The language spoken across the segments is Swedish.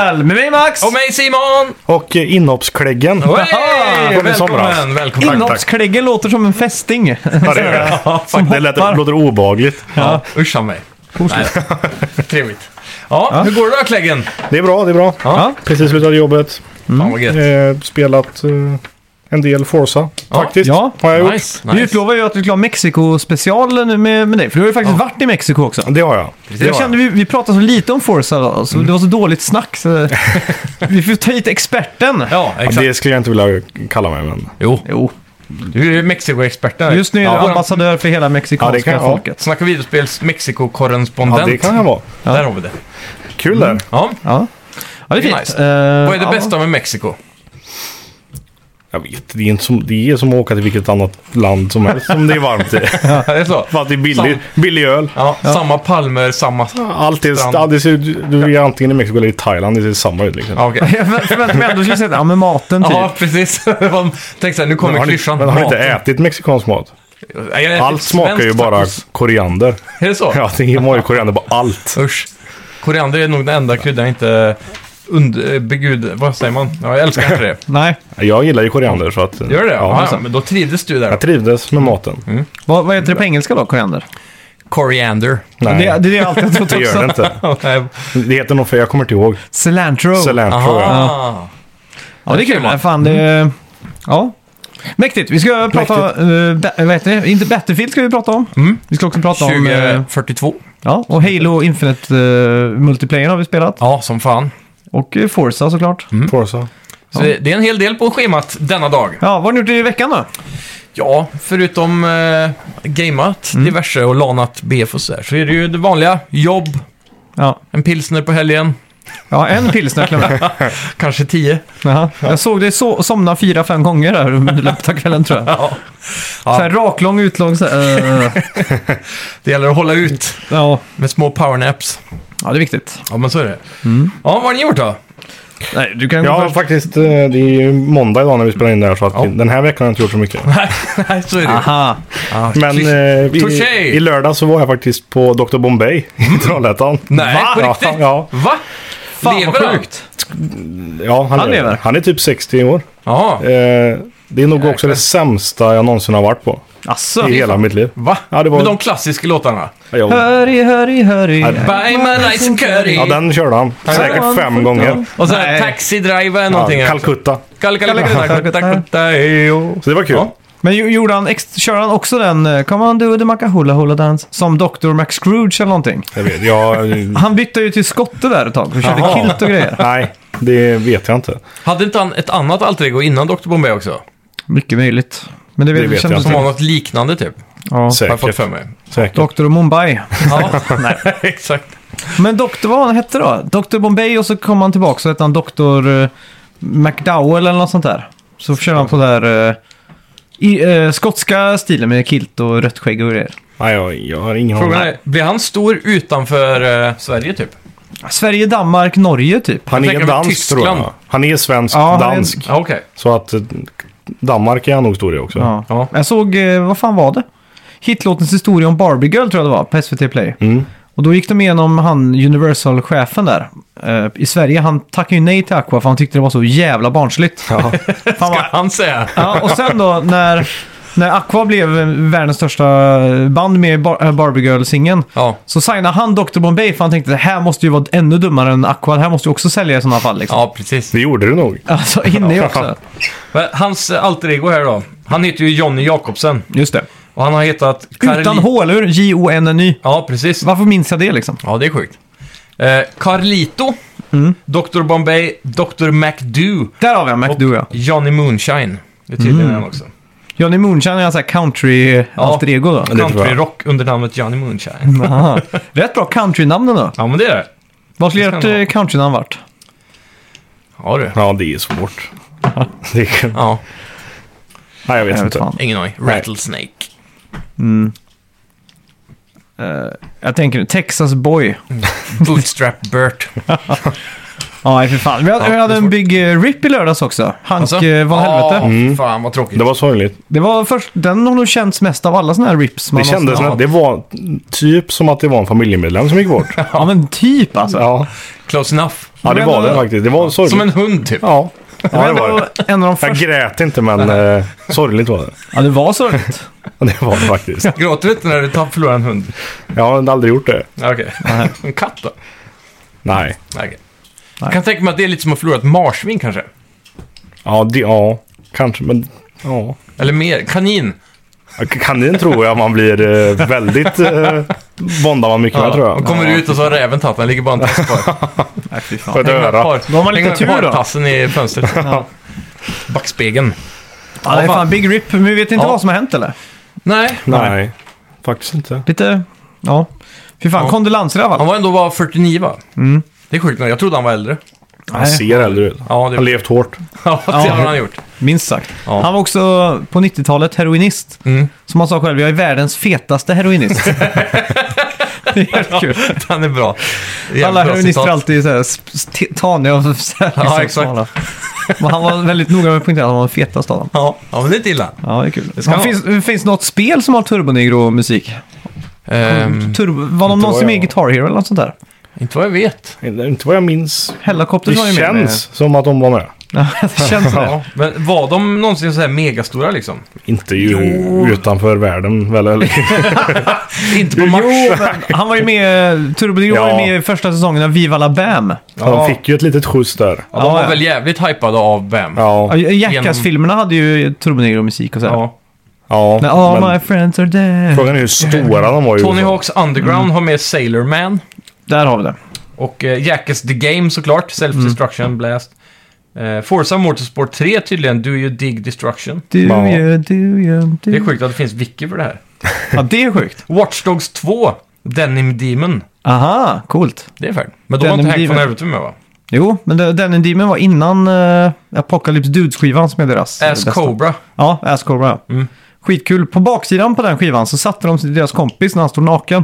Metal med mig Max! Och mig Simon! Och inhoppskläggen. Välkommen! Inhoppskläggen låter som en fästing. Ja, det är det. Som Det låter obehagligt. Ja, uscha mig. Nej, trevligt. Ja, hur går det då, kläggen? Det är bra. Ja. Precis slutat jobbet. Fan vad gött. Spelat en del Forza, faktiskt. Ja. Har jag gjort. Nice. Vi utlovar ju att vi ska ha Mexiko-special nu med dig. För du har ju faktiskt varit i Mexiko också. Det har jag. Jag kände vi pratade så lite om Forza då, så det var så dåligt snack. Så vi får ta hit experten. Ja, exakt. Det skulle jag inte vilja kalla mig, men... Jo. Du är Mexiko-experten. Just nu är du ambassadör för hela mexikanska folket. Snacka videospels Mexiko-korrespondent. Ja, det kan jag vara. Där har vi det. Kul där. Ja. Ja, det är fint. Nice. Vad är det bästa med Mexiko? Jag vet, det är som att åka till vilket annat land som helst som det är varmt i. Ja, det är så. För att det är billig öl. Ja, samma palmer, samma Allt är, du är antingen i Mexiko eller i Thailand, det ser samma ut liksom. Ja, okej. Jag förväntade mig ändå skulle säga med maten typ. Ja, precis. Tänk så här, nu kommer klyschan. Men har ni inte ätit mexikansk mat? Allt smakar ju bara koriander. Är det så? Ja, det är ju koriander på allt. Usch. Koriander är nog den enda kryddan inte... vad säger man? Ja, jag älskar inte det. Nej. Jag gillar ju koriander så att... Gör det? Ja, Ja, men då trivdes du där. jag trivdes med maten. Vad heter det på engelska då, koriander? Coriander. Nej, Det är det alltid jag trott det gör också. det inte. Det heter nog för jag kommer inte ihåg. Cilantro. Cilantro, ja. Aha. Ja, det är kul. man. Fan, ja. Mäktigt. Vi ska prata... vad heter det? Inte Battlefield ska vi prata om. Vi ska också prata om... 2042. Ja, och Halo Infinite multiplayer har vi spelat. Ja, som fan. Och Forza såklart. Forza. Så det är en hel del på schemat denna dag. Ja, vad har ni gjort i veckan då? Ja, förutom gameat, diverse och lanat BF och så där, så är det ju det vanliga. Jobb, Ja, en pilsner på helgen, ja en pilsner klämmer. kanske 10. Jaha. Jag såg dig somna 4-5 gånger där under löpta kvällen tror jag. Ja. Så här raklång, utlång. Det gäller att hålla ut Ja. med små powernaps. Ja, det är viktigt. Ja, men så är det. Ja, vad har ni gjort då? Nej, du kan Ja, faktiskt. Det är ju måndag idag när vi spelar in där så att den här veckan har jag inte gjort så mycket. Nej, så är det. Aha. Ja, Men i lördag så var jag faktiskt på Dr. Bombay i Trollhättan. Nej, Va? på riktigt? Ja, Va? Fan Lever vad han? sjukt. ja, han lever. Han är typ 60 år. Ja. Det är nog också det sämsta jag någonsin har varit på Asså. i hela mitt liv. Va? Ja, det var... Med de klassiska låtarna? Ja, Hurry. Buy my rice and curry. ja, den körde han säkert 5 gånger. Och så Nej. här, Taxi Driver någonting. Ja, Calcutta. Calcutta. Så det var kul. Ja. Men gjorde han körde han också den Come on do the Macahula Hula Dance som Dr. Max Scrooge eller någonting? Jag vet, jag... Han bytte ju till skotte där ett tag och körde Jaha. kilt och grejer. Nej, det vet jag inte. Hade inte han ett annat alter ego innan Dr. Bombay också? Mycket möjligt. Men det Det vet kändes jag Som inte. var något liknande typ. Ja. Har jag fått Säkert. för mig. Säkert. Dr. Mumbai. Ja, exakt. Men Dr. vad han hette då? Dr. Bombay och så kom han tillbaka så hette han Dr. McDowell eller något sånt där. Så körde han på där skotska stilen med kilt och rött skägg och grejer. Nej, jag har ingen Frågan aning. är, blir han stor utanför Sverige typ? Sverige, Danmark, Norge typ. Han Jag är tänker på dansk tror Tyskland. jag. Han är svensk, Ja, han är- dansk. Ja, okej. Så att Danmark är han nog stor i också. Ja. Ja. Jag såg, vad fan var det? Hitlåtens historia om Barbie Girl tror jag det var på SVT Play. Och då gick de igenom han Universal-chefen där. I Sverige, han tackade ju nej till Aqua för han tyckte det var så jävla barnsligt. Ja. Fan, Ska han säga? ja, och sen då när Aqua blev världens största band med Barbie Girl-singeln Ja. så signade han Dr. Bombay för han tänkte det här måste ju vara ännu dummare än Aqua. Det här måste ju också sälja i sådana fall liksom. Ja, precis. Det gjorde du nog. Alltså inne i också. Men hans alter ego här då. Han heter ju Johnny Jakobsen. Just det. Och han har hetat... Utan H, eller hur? J-O-N-N-Y. Ja, precis. Varför minns jag det liksom? Ja, det är sjukt. Carlito, Dr. Bombay, Dr. McDo Där har vi en McDo, ja. Johnny Moonshine. Det är tydligen han också. Johnny Moonshine är en sån här country-alter ego då. det tror jag. Country-rock under namnet Johnny Moonshine. Aha. Rätt bra country-namnen då. Ja, men det är det. Vad skulle Det ska ert country-namn varit? Ja, du. Ja, det är svårt. Det är... Ja, Nej, jag vet inte. fan. ingen aning. Rattlesnake. Jag tänker Texas Boy. Bootstrap Burt. Ja, för fan. Vi hade en Big Rip i lördags också. Hank von helvete. Fan vad tråkigt. Det var sorgligt. Det var först, den har nog känts mest av alla såna här rips. Det kändes som att det var typ som att det var en familjemedlem som gick bort. Ja, men typ alltså. Ja, Close enough. Ja, det var det faktiskt. Det var sorgligt. Som en hund typ. Ja, det var det. En av de Jag första... grät inte, men sorgligt var det. Ja, det var sorgligt. Ja, det var det faktiskt. Gråter du inte när du förlorar en hund? Jag har aldrig gjort det. Okej. En katt då? Nej. Okej. Jag kan tänka mig att det är lite som att förlora ett marsvin kanske. Ja, kanske, men ja. Eller mer. Kanin. Kanin tror jag man blir väldigt våndar man mycket med, tror jag. Och kommer ut och så har räven tagit den. Ligger bara en tass kvar. Nej, fy fan. På ett öra. Då har man lite tur då. Tassen i fönstret. Backspegeln. Ja, det är fan big rip. Men vi vet inte vad som har hänt, eller? Nej. Faktiskt inte. Lite... Ja. Fy fan, kondolenser i alla fall. Han var ändå bara 49 va? Det är sjukt. Jag trodde han var äldre. Han ser äldre ut. Ja, Han har levt hårt. Ja, det har han gjort. Minst sagt. Ja. Han var också på 90-talet heroinist. Som han sa själv, jag är världens fetaste heroinist. Det är helt kul. Han är bra. Alla heroinister är alltid så här taniga och så här, Ja, exakt. smala. Men han var väldigt noga med att poängtera att han var den fetaste av dem. Ja, men det är inte illa. Ja, det är kul. ska Finns något spel som har Turbonegro-musik? Var de någon som är Guitar Hero eller något sånt där? Inte vad jag vet. Inte vad jag minns. Helicopter Det var ju med. känns som att de var med. Ja, det känns så. Ja, men var de någonsin så här megastora liksom? Inte utanför världen, väl? Eller? Inte på match. Jo, men han var ju med, Turbonegro var ju med i första säsongen av Viva la Bam. Ja, de fick ju ett litet skjuts där. Ja, de var väl jävligt hypade av Bam. Ja, Jackass-filmerna hade ju Turbonegro-musik och så här. Ja. ja. Men all Men my friends are dead. frågan är hur stora de var ju. Tony Hawk's Underground har med Sailor Man. Där har vi det. Och Jackass The Game såklart. Self-Destruction, Blast. Forza Motorsport 3 tydligen. Do You Dig Destruction. Do Ja. you. Det är sjukt att det finns wiki för det här. Ja, det är sjukt. Watch Dogs 2. Denim Demon. Aha, coolt. Det är färdigt. Men då var Denim inte Hank Demon. von Hervete med va? Jo, men den Demon var innan Apocalypse Dudes-skivan som är deras Ass bästa. Cobra. Ja, Ass Cobra. Skitkul. På baksidan på den skivan så satte de deras kompis när han stod naken.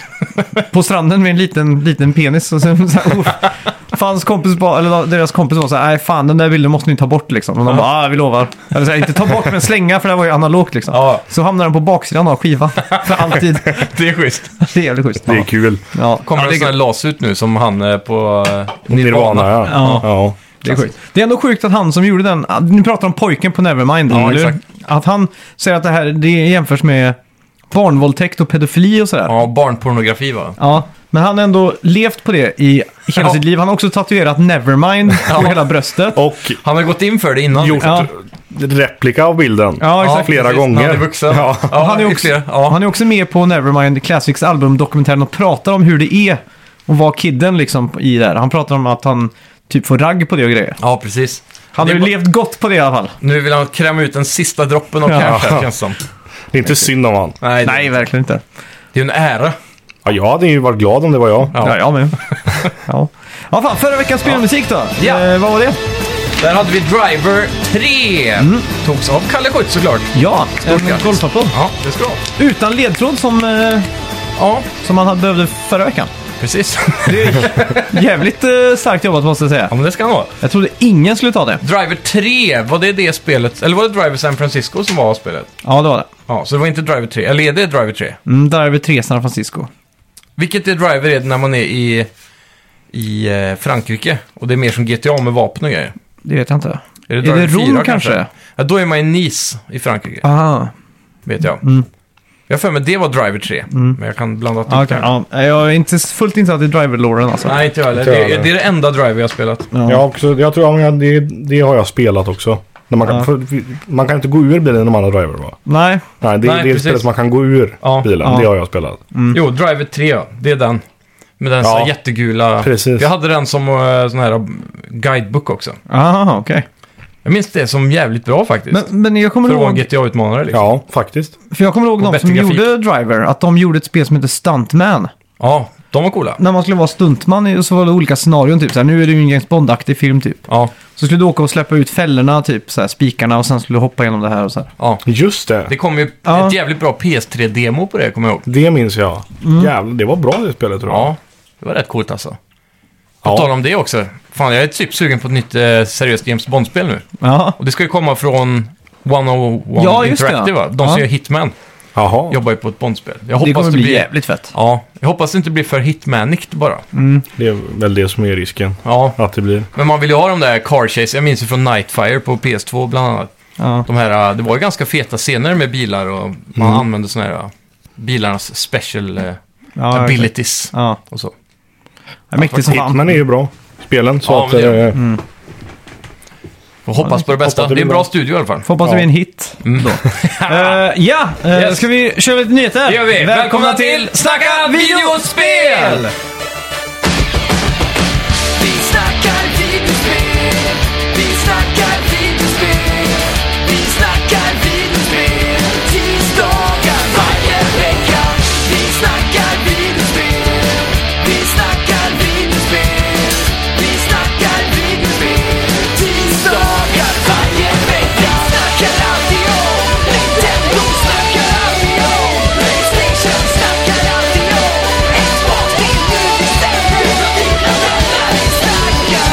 På stranden med en liten penis. Och sen, så här, fanns kompis eller deras kompis var så här, nej fan den där bilden måste ni ta bort liksom. Och de bara, vi lovar. Eller så här, inte ta bort men slänga för det var ju analogt liksom. Ja. Så hamnar den på baksidan av skivan. För alltid. Det är schysst. Det är jävligt schysst. Det är kul. Ja. Kommer det en sån här las ut nu som han på Nirvana, ja. Ja. Det är sjukt. Det är ändå sjukt att han som gjorde den, ni pratar om pojken på Nevermind, Ja, eller? exakt. Att han säger att det jämförs med barnvåldtäkt och pedofili och sådär. Ja, barnpornografi va? Ja, men han har ändå levt på det i hela sitt liv. Han har också tatuerat Nevermind på hela bröstet. Och Han har gått in för det innan. gjort Ja. replika av bilden. Ja, exakt. Flera precis. gånger. Han är vuxen. Ja. Ja, Han är också- ytterligare. Ja. Han är också med på Nevermind Classics albumdokumentären och pratar om hur det är att vara kidden liksom i det här. Han pratar om att han typ får ragg på det och grejer. Ja, precis. Han har ju levt gott på det i alla fall. Nu vill han kräma ut den sista droppen av Ja. cash här, känns som. Det är inte synd om han. Nej, Nej, verkligen inte. det är en ära. Ja, jag hade ju varit glad om det var jag. Ja. Ja, jag med. Ja. Ja, fan, förra veckans spelmusik då? Ja. Vad var det? Där hade vi Driver 3. Togs av Kalle Schütz såklart. Ja, en grattis. golfapplåd. Ja, det ska du ha. Utan ledtråd Ja, som man behövde förra veckan. precis. Det är jävligt starkt jobbat måste jag säga. Ja, men det ska han ha. Jag trodde ingen skulle ta det. Driver 3, var det spelet? Eller var det Driver San Francisco som var spelet? Ja, det var det. Ja, så det var inte Driver 3. Eller är det Driver 3? Där är vi 3 San Francisco. Vilket är Driver är det när man är i Frankrike? Och det är mer som GTA med vapen och grejer. Det vet jag inte. Är Är Driver det Rom 4 kanske? Ja, då är man i Nice i Frankrike, Aha. vet jag. Jag har för mig det var Driver 3, men jag kan blanda ihop Okej, det här. ja. Jag är inte fullt insatt i driver-låren alltså. Nej, inte jag heller. Inte jag Det är heller. det enda Driver jag har spelat. Ja. Jag, också, jag tror att det har jag spelat också. När man, kan, man kan inte gå ur bilen när man har driver, va? Nej. Nej, det är ett precis. spel som man kan gå ur Ja. bilen. Ja. Det har jag spelat. Jo, Driver 3, ja. Det är den. Med den så här Ja. jättegula... Precis. Jag hade den som sån här guidebook också. Aha, okej. Jag minns det som jävligt bra faktiskt. Men jag kommer för att vara en ihåg... GTA-utmanare liksom. Ja, faktiskt. För jag kommer ihåg Och de bättre som grafik. gjorde Driver, att de gjorde ett spel som heter Stuntman. Ja, de var coola. När man skulle vara stuntman så var det olika scenarion typ. Så här, nu är det ju en James Bond-aktig film typ. Ja, Så skulle du åka och släppa ut fällorna typ, så här, spikarna och sen skulle du hoppa igenom det här och så här. ja. Just det. Det kom ju Ja. ett jävligt bra PS3-demo på det, kommer jag ihåg. Det minns jag. Jävlar, det var bra det spelet, tror jag. Ja, det var rätt coolt alltså. På Ja. tal om det också. Fan, jag är typ sugen på ett nytt seriöst James Bond-spel nu. Ja. Och det ska ju komma från 101 Ja, just det, Interactive, ja. va? De som Ja. gör Hitman. Jaha. Jobbar ju på ett Bondspel. Jag Det hoppas kommer det bli blir... jävligt fett. Ja, jag hoppas det inte blir för hitmanict bara. Det är väl det som är risken. Ja, Att det blir. men man vill ju ha de där car chase. Jag minns ju från Nightfire på PS2 bland annat. Ja. De här, det var ju ganska feta scener med bilar och man använde såna här bilarnas special Ja, abilities Ja, och så. det är mäktigt som fan. Hitman är ju bra. Spelen. Så Ja, att... men det Och hoppas på det bästa. hoppas det Det är en blir bra bra. studio i alla fall. Får hoppas det blir en hit. Yes. Ska vi köra lite nyheter? Det gör vi. Välkomna till Snacka videospel! Vi snackar videospel, vi snackar videospel, vi snackar videospel, tisdagar varje vecka. Vi snackar videospel, vi snackar videospel, vi snackar videospel, tisdagar varje vecka. Snackar alltid om Nintendo, snackar alltid om PlayStation, snackar alltid om Xbox, det är nu vi sätter och dina vänner. Vi snackar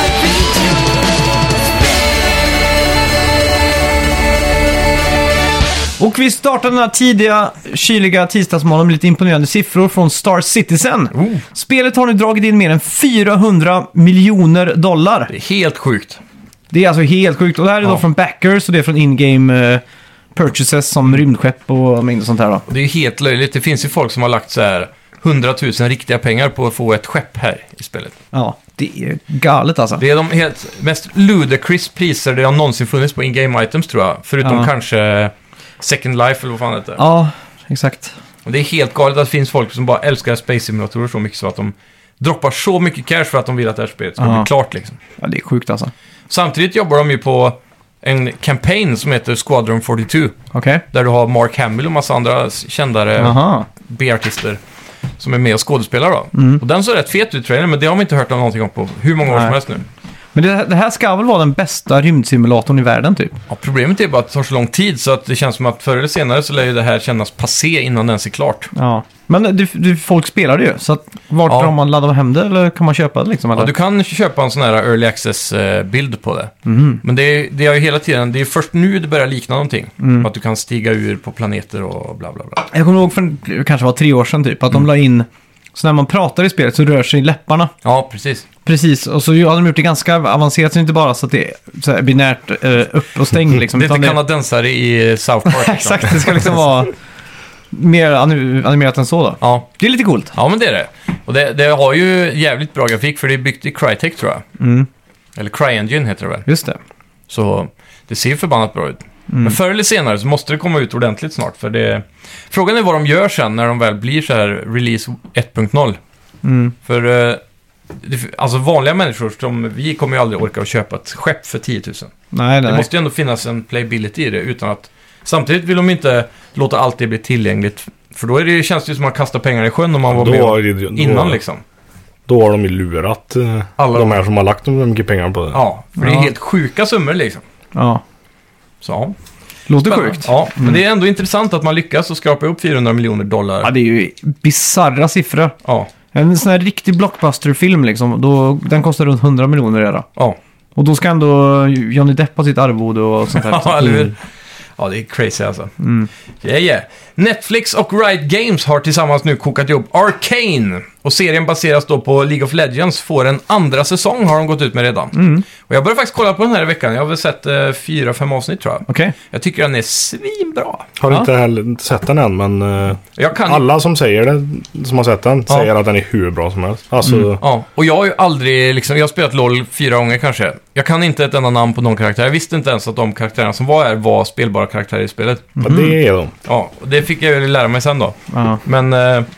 Och vi startar den här tidiga, kyliga tisdagsmorgonen med lite imponerande siffror från Star Citizen. Spelet har nu dragit in mer än $400 miljoner. Det är helt sjukt. Det är alltså helt sjukt. Och det här är då Ja. från backers och det är från in-game purchases som rymdskepp och mängder sånt här då. Det är helt löjligt. Det finns ju folk som har lagt så här 100 000 riktiga pengar på att få ett skepp här i spelet. Ja, det är galet alltså. Det är de helt mest ludicrous priser det har någonsin funnits på in-game items tror jag. Förutom Ja. kanske Second Life eller vad fan det heter. Ja, exakt. Och det är helt galet att det finns folk som bara älskar Space Simulatorer så mycket så att de droppar så mycket cash för att de vill att det här spelet ska Ja. bli klart liksom. Ja, det är sjukt alltså. Samtidigt jobbar de ju på en campaign som heter Squadron 42. Okej. Där du har Mark Hamill och massa andra kändare Aha. B-artister som är med och skådespelar då. Mm. Och den såg rätt fet ut trailern, men det har vi inte hört om någonting om på hur många år Nej. som helst nu. Men det här ska väl vara den bästa rymdsimulatorn i världen typ? Ja, problemet är bara att det tar så lång tid så att det känns som att förr eller senare så lär ju det här kännas passé innan den är klart. Ja. Men folk spelar det ju. Så att, vart Ja. kan man ladda hem det eller kan man köpa det liksom? Eller? Ja, du kan köpa en sån här early access-bild på det. Mhm. Men det är ju hela tiden, det är först nu det börjar likna någonting. Mm. Att du kan stiga ur på planeter och bla bla bla. Jag kommer ihåg för det kanske var 3 år sedan typ, att de la in, så när man pratar i spelet så rör sig läpparna. Ja, precis. Precis, och så hade de gjort det ganska avancerat, så inte bara så att det är så här binärt upp och stäng liksom. Det är utan inte kanadensare i South Park. Liksom. Exakt, det ska liksom vara mer animerat än så då. Ja. Det är lite coolt. Ja, men det är det. Och det har ju jävligt bra grafik för det är byggt i Crytek tror jag. Mm, Eller CryEngine heter det väl. just det. Så det ser förbannat bra ut. Men förr eller senare så måste det komma ut ordentligt snart. För det... Frågan är vad de gör sen när de väl blir så här release 1.0. Mm. För alltså vanliga människor som vi kommer ju aldrig orka att köpa ett skepp för 10 000. Nej, Det nej. måste ju ändå finnas en playability i det utan att... Samtidigt vill de inte låta allt det bli tillgängligt. För då är det, känns det ju som att man kastar pengar i sjön om man var med innan liksom. Då har de ju lurat Alla de här som har lagt så mycket pengar på det. Ja, för det är Ja. helt sjuka summor liksom. Ja, Så ja. låter Spännande. sjukt. Ja, men det är ändå intressant att man lyckas och skrapa upp $400 miljoner. Ja, det är ju bizarra siffror. Ja, En sån här riktig blockbuster-film liksom, den kostar runt 100 miljoner redan. ja. Och då ska ändå Johnny Depp ha sitt arvode och sånt där. Ja, eller hur? Ja, det är crazy alltså. Mm. Yeah. Netflix och Riot Games har tillsammans nu kokat ihop Arcane. Och serien baseras då på League of Legends. Får en andra säsong har de gått ut med redan. Mm. Och jag började faktiskt kolla på den här i veckan. Jag har väl sett 4-5 avsnitt tror jag. Okej. Jag tycker den är svinbra. Har Ja. inte heller sett den än, men Jag kan alla som säger det, som har sett den, Ja. säger att den är hur bra som helst. Alltså, Ja, och jag har ju aldrig, liksom, jag har spelat LoL 4 gånger kanske. Jag kan inte ett enda namn på någon karaktär. Jag visste inte ens att de karaktärerna som var här var spelbara karaktärer i spelet. ja, det är de. Ja, och det fick jag ju lära mig sen då. Ja. Men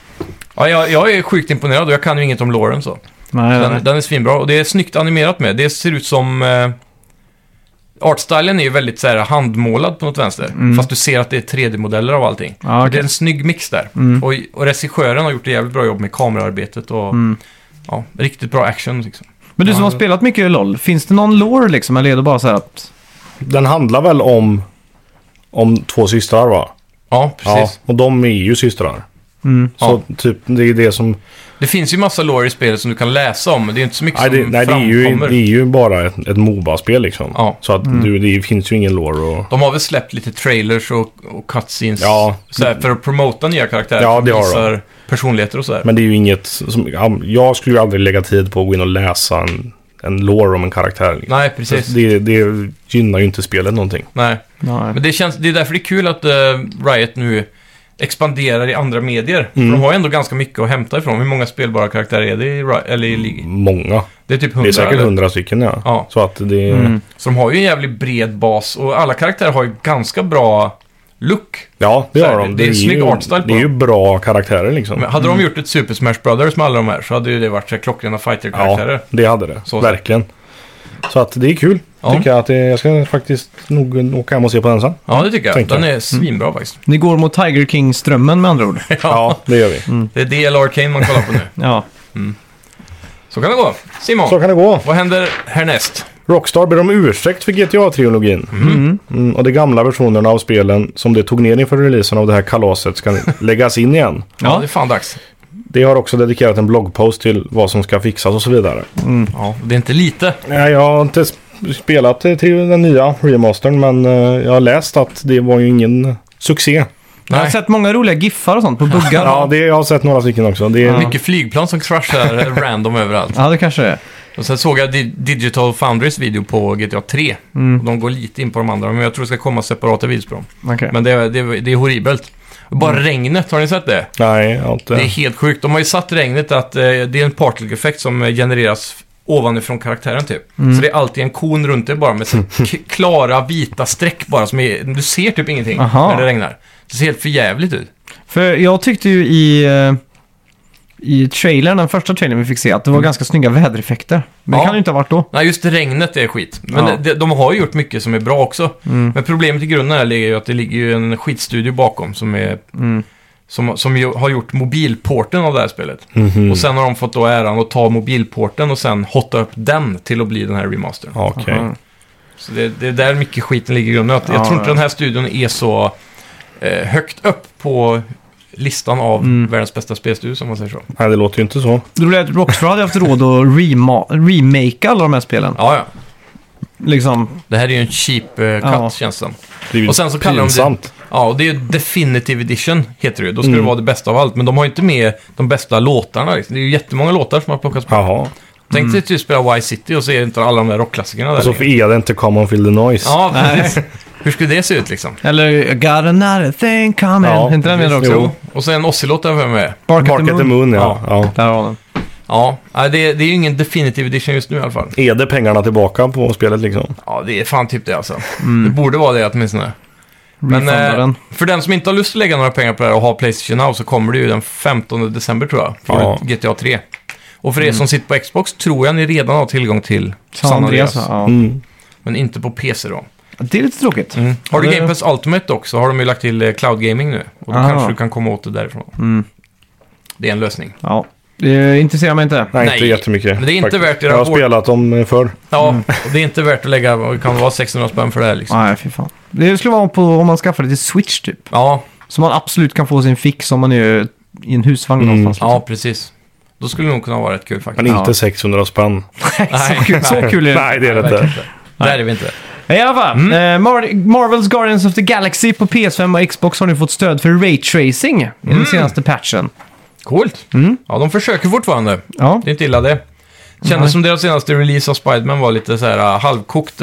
ja, jag är sjukt imponerad och jag kan ju inget om loren så. Nej, nej. Den är svinbra och det är snyggt animerat med. Det ser ut som... artstylen är ju väldigt så här, handmålad på något vänster. Fast du ser att det är 3D-modeller av allting. Ja, okej. Det är en snygg mix där. Och regissören har gjort ett jävligt bra jobb med kameraarbetet och ja, riktigt bra action liksom. Men du som har spelat mycket LOL, finns det någon lore liksom? Eller är det bara så här att... Den handlar väl om 2 systrar, va? Ja, precis. Ja, och de är ju systrar. Mm. Så typ, det är det som Det finns ju massa lore i spelet som du kan läsa om, men det är inte så mycket som det är ju bara ett MOBA-spel liksom. Ja. Så att det finns ju ingen lore. Och... De har väl släppt lite trailers och cutscenes såhär, för att promota nya karaktärer. Ja, det har de. Personligheter och sådär. Men det är ju inget som... Jag skulle ju aldrig lägga tid på att gå in och läsa en lore om en karaktär. Liksom. Nej, precis. Det gynnar ju inte spelet någonting. Nej. Men det är därför det är kul att Riot nu expanderar i andra medier. För de har ju ändå ganska mycket att hämta ifrån. Hur många spelbara karaktärer är det i League? Många. Det är typ 100. Det är säkert 100 stycken, ja. Så att det... Så de har ju en jävligt bred bas. Och alla karaktärer har ju ganska bra look. Ja, det har de. Det är snygg artstyle på det är ju bra karaktärer liksom. Men hade de gjort ett Super Smash Brothers med alla de här så hade ju det varit så klockrena fighter-karaktärer. Ja, det hade det. Så. Verkligen. Så att det är kul. Tycker jag att jag ska faktiskt nog åka hem och se på den sen. Ja, det tycker jag. Den är svinbra faktiskt. Ni går mot Tiger King-strömmen med andra ord. Ja, det gör vi. Det är DL Arcane man kollar på nu. Ja. Så kan det gå. Simon, Så kan det gå. vad händer härnäst? Rockstar ber om ursäkt för GTA-trilogin. Och de gamla versionerna av spelen som det tog ner inför releasen av det här kalaset ska läggas in igen. Ja, det är fan dags. Det har också dedikerat en bloggpost till vad som ska fixas och så vidare. Ja, det är inte lite. Nej, jag har inte spelat till den nya remastern, men jag har läst att det var ju ingen succé. Jag har sett många roliga giffar och sånt på buggar. Ja, jag har sett några stycken också. Det är... Mycket flygplan som kraschar random överallt. Ja, det kanske är. Och sen såg jag Digital Foundrys video på GTA 3. Och de går lite in på de andra, men jag tror det ska komma separata videos på dem. Okay. Men det är horribelt. Bara regnet, har ni sett det? Nej, jag har inte. Det är helt sjukt. De har ju satt regnet att det är en particle-effekt som genereras ovanifrån karaktären typ. Så det är alltid en kon runt det bara med så klara vita streck bara som är, du ser typ ingenting när det regnar. Det ser helt förjävligt ut. För jag tyckte ju i trailern, den första trailern vi fick se, att det var ganska snygga vädereffekter. Men det kan ju inte ha varit då. Nej, just regnet är skit. Men de har ju gjort mycket som är bra också. Men problemet i grunden är ju att det ligger ju en skitstudio bakom som är... Som ju har gjort mobilporten av det här spelet. Och sen har de fått då äran att ta mobilporten och sen hotta upp den till att bli den här remastern. Okej. Så det är där mycket skiten ligger i grunden. Jag tror inte den här studion är så högt upp på listan av världens bästa spelstudio, som man säger så. Nej, det låter ju inte så. Då blev Rockstar hade haft råd att remake alla de här spelen. Ja. Liksom. Det här är ju en cheap cut, känns det. Det är ju och sen så kallar pinsamt. de det... Ja, och det är Definitive Edition, heter det. Då ska det vara det bästa av allt. Men de har ju inte med de bästa låtarna. Liksom. Det är ju jättemånga låtar som har plockats på. Jaha. Tänk dig att du spelar Vice City och så är inte alla de där rockklassikerna där. Och så är det inte Come on Feel the Noise. Ja, precis. Hur skulle det se ut liksom? Eller Got another thing coming. Ja, inte den med också? Jo. Och så en Ocelot där för mig. Bark Bark at the Moon, ja. Där har den. Ja, det är ju ingen Definitive Edition just nu i alla fall. Är det pengarna tillbaka på spelet liksom? Ja, det är fan typ det alltså. Det borde vara det åtminstone. Men för den som inte har lust att lägga några pengar på det här och ha PlayStation Now så kommer det ju den 15 december tror jag. För GTA 3. Och för er som sitter på Xbox tror jag ni redan har tillgång till San Andreas. Men inte på PC då. Det är lite tråkigt. Har du Game Pass Ultimate dock så har de ju lagt till Cloud Gaming nu. Och då kanske du kan komma åt det därifrån. Det är en lösning. Ja, det intresserar mig inte. Nej, inte jättemycket. Men det är inte faktiskt. värt det. Jag har spelat dem förr. Ja, och det är inte värt att lägga, det kan vara 600 spänn för det här liksom. Nej, fy fan. Det skulle vara på om man skaffar det till Switch typ. Ja. Så man absolut kan få sin fix om man är i en husvagn någonstans. Liksom. Ja, precis. Då skulle det nog kunna vara rätt kul faktiskt. Men inte 600 spänn. Så kul är det. Nej, det är det inte. Där är vi inte. I alla fall, Marvel's Guardians of the Galaxy på PS5 och Xbox har nu fått stöd för Ray Tracing i den senaste patchen. Coolt. Ja, de försöker fortfarande. Ja. Det är inte illa det. Kändes som deras senaste release av Spider-Man var lite så här halvkokt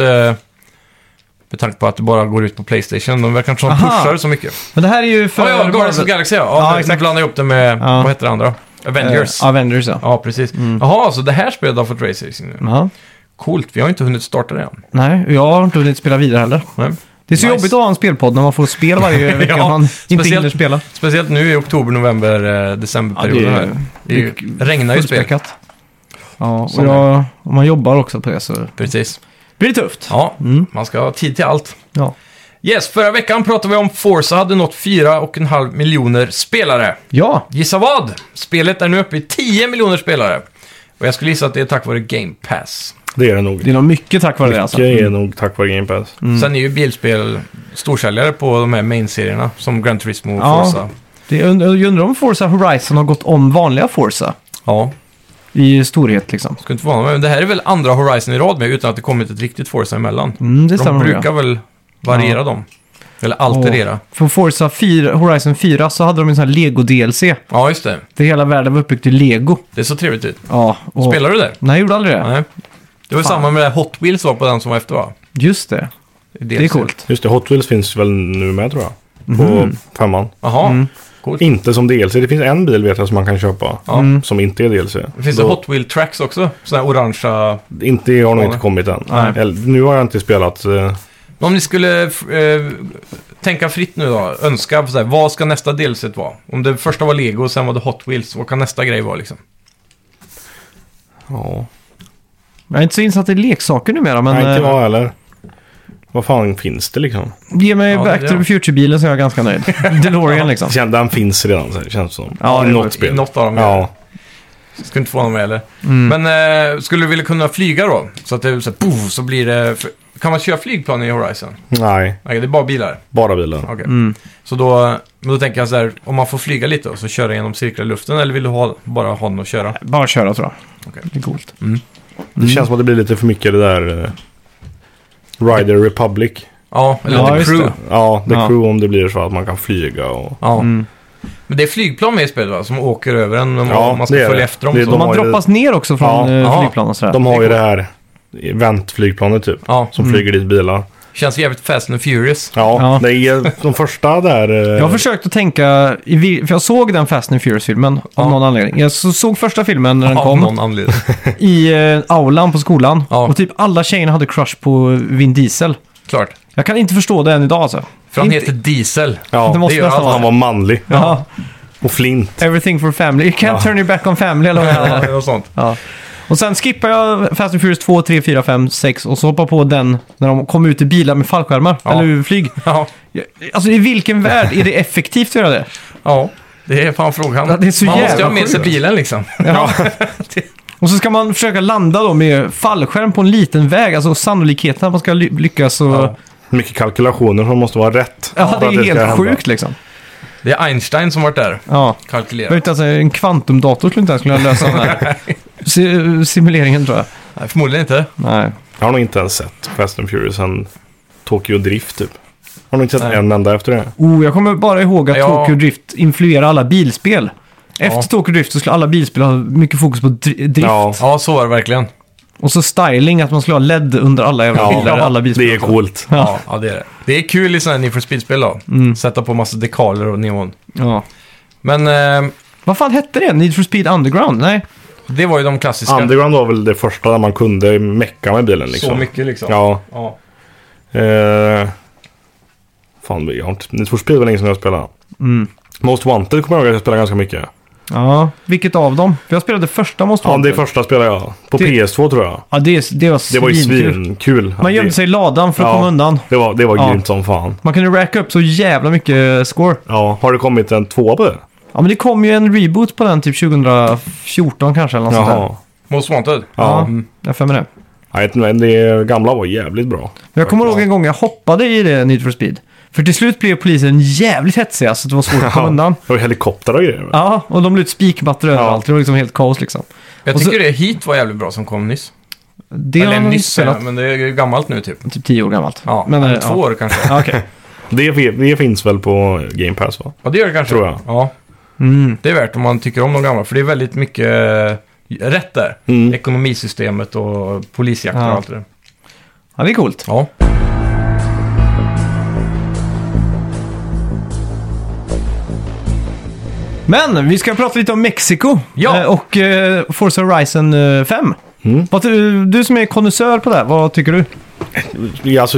med tanke på att det bara går ut på PlayStation. De verkar inte som pushar så mycket. Men det här är ju för... Ja, Guardians of the Galaxy, ja. exakt. Blandar ihop det med, vad heter det andra? Avengers. Avengers, ja. Ja, precis. Jaha, så det här spelet har fått Ray Tracing nu. Ja. Coolt, vi har inte hunnit starta det än. Nej, jag har inte hunnit spela vidare heller. Nej. Det är så jobbigt att ha en spelpodd när man får spel varje vecka Ja, man inte hinner spela. Speciellt nu i oktober, november, decemberperioden. här. Det regnar ju spel. Fullspäckat. Ja, och om man jobbar också på det så Precis. blir det tufft. Ja, man ska ha tid till allt. Ja. Yes, förra veckan pratade vi om Forza hade nått 4,5 miljoner spelare. Ja. Gissa vad? Spelet är nu uppe i 10 miljoner spelare. Och jag skulle gissa att det är tack vare Game Pass. Det är det nog. Det är nog mycket tack vare det alltså. Det är nog tack vare Game Pass. Sen är ju bilspel storsäljare på de här main-serierna som Gran Turismo och Forza. Jag undrar om Forza Horizon har gått om vanliga Forza. Ja, i storhet liksom. skulle inte vara men det här är väl andra Horizon i rad med utan att det kommit ett riktigt Forza emellan. Det stämmer De nog, brukar väl variera dem. Eller alterera. För Forza Horizon 4 så hade de en sån här Lego-DLC. Ja, just det. Där hela världen var uppbyggt i Lego. Det är så trevligt ut. Ja, och... Spelar du det? Nej, jag gjorde aldrig det. Nej. Det var samma med det Hot Wheels var på den som var efter, va? Just det. Det är coolt. Just det, Hot Wheels finns väl nu med tror jag. På 5:an. Jaha, coolt. Inte som DLC. Det finns en bil vet jag som man kan köpa. Som inte är DLC. Finns det Hot Wheel Tracks också? Sådana här orangea... Inte, jag har nog inte kommit än. Nu har jag inte spelat... Om ni skulle tänka fritt nu då, önska så här, vad ska nästa delset vara? Om det första var Lego och sen var det Hot Wheels, vad kan nästa grej vara liksom? Ja. Jag är inte så insatt i leksaker numera, men... Nej, inte jag heller. Vad fan finns det liksom? Ge mig Back to the Future-bilen så är jag ganska nöjd. DeLorean liksom. Den finns redan, så det känns som. Ja, i något spel. Något av dem. Ja. Ska inte få någon med eller. Men skulle du vilja kunna flyga då? Så att det så, här, så blir det... Kan man köra flygplan i Horizon? Nej, Nej, det är bara bilar. bara bilar. Okay. Så då tänker jag så här, om man får flyga lite och så köra genom cirklar i luften eller vill du bara ha den och köra? Bara köra tror jag. Okay. Det är coolt. Det känns som att det blir lite för mycket det där Rider Republic. Ja, eller ja, The Crew. det. Ja, The Crew om det blir så att man kan flyga och... Ja. Men det är flygplan med i spelet va? Som åker över en och man ska följa efter dem. De man droppas ner också från flygplan och sådär. De har ju det här väntflygplanet typ. Som flyger dit bilar. Känns jävligt Fast and Furious. Ja, det är de första där... Jag har försökt att tänka, för jag såg den Fast and Furious-filmen av någon anledning. Jag såg första filmen när den kom. Av någon anledning. I aulan på skolan. Och typ alla tjejerna hade crush på Vin Diesel. Klart. Jag kan inte förstå det än idag alltså. För han heter Diesel. Ja, det måste nästan vara. Han var manlig. Ja. Och flint. Everything for family. You can't turn your back on family. Eller och sånt. Ja. Och sen skippar jag Fast and Furious 2, 3, 4, 5, 6 och så hoppar på den när de kommer ut i bilar med fallskärmar. Eller flyg. Ja. Alltså i vilken värld är det effektivt att göra det? Ja, det är fan frågan. Ja, det är så man jävla måste ju ha med sig sjukt. bilen liksom. Ja. Och så ska man försöka landa då med fallskärm på en liten väg. Alltså sannolikheten att man ska lyckas och... Ja. Mycket kalkylationer som måste vara rätt. Ja, det är helt sjukt liksom. Det är Einstein som varit där. Ja. Kalkylerat. Alltså, en kvantumdator skulle inte ens lösa den här simuleringen tror jag. Nej, förmodligen inte. Nej. Jag har nog inte ens sett Fast and Furious än Tokyo Drift typ. Har nog inte sett en enda efter det. Jag kommer bara ihåg att Tokyo Drift influerar alla bilspel. Efter Tokyo Drift så skulle alla bilspel ha mycket fokus på drift. Ja, så var det verkligen. Och så styling, att man skulle ha LED under alla jävla bilar och alla bilspel. Det är coolt. Ja, det är det. Det är kul i sådana här Need for Speed-spel då. Sätta på massa dekaler och neon. Ja. Men... vad fan hette det? Need for Speed Underground? Nej. Det var ju de klassiska. Underground var väl det första där man kunde mecka med bilen liksom. Så mycket liksom. Ja. Fan, jag har inte... Need for Speed var länge sedan jag spelade. Most Wanted kommer jag ihåg att jag spelade ganska mycket. Ja, vilket av dem? För jag spelade första Most Wanted. Ja, det första spelade jag. På PS2 tror jag. Ja, det var ju svinkul. Man gömde sig i ladan för att komma undan. Det var grymt som fan. Man kunde racka upp så jävla mycket score. Ja, har det kommit en 2 på det? Ja, men det kom ju en reboot på den typ 2014 kanske eller något sånt där. Most Wanted? Ja, jag får med det. Nej, det gamla var jävligt bra. Jag kommer ihåg en gång jag hoppade i det Need for Speed. För till slut blev polisen jävligt hetsiga så det var svårt att komma undan. Det var helikopter och grejer. Ja, och de blev ut spikmattor överallt. Det var liksom helt kaos liksom. Jag tycker det Heat var jävligt bra som kom nyss. Det eller nyss, men det är ju gammalt nu typ. Typ 10 år gammalt. Ja, men 2 år kanske. Ja, okay. Det finns väl på Game Pass va? Ja, det gör det kanske. Tror jag. Ja. Det är värt om man tycker om de gamla. För det är väldigt mycket rätt där. Ekonomisystemet och polisjakter och allt det där. Ja, det är coolt. Ja. Men vi ska prata lite om Mexiko och Forza Horizon 5. Du som är konnässör på det, vad tycker du? Alltså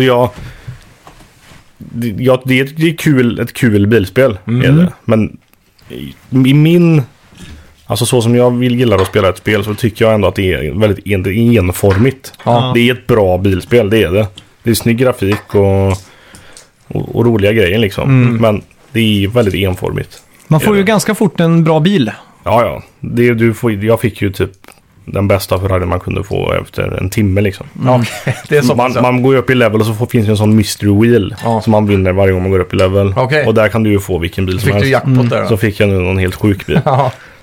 det är kul, ett kul bilspel är det. Men i min... Alltså så som jag gillar att spela ett spel så tycker jag ändå att det är väldigt enformigt. Ja. Det är ett bra bilspel, det är det. Det är snygg grafik och roliga grejer liksom. Men det är väldigt enformigt. Man får ju ganska fort en bra bil. Ja. Jag fick ju typ den bästa Ferrari man kunde få efter en timme liksom. Det är så man går ju upp i level och så finns det en sån mystery wheel som man vinner varje gång man går upp i level. Och där kan du ju få vilken bil som helst. Fick du jackpot där då? Så fick jag nu någon helt sjuk bil.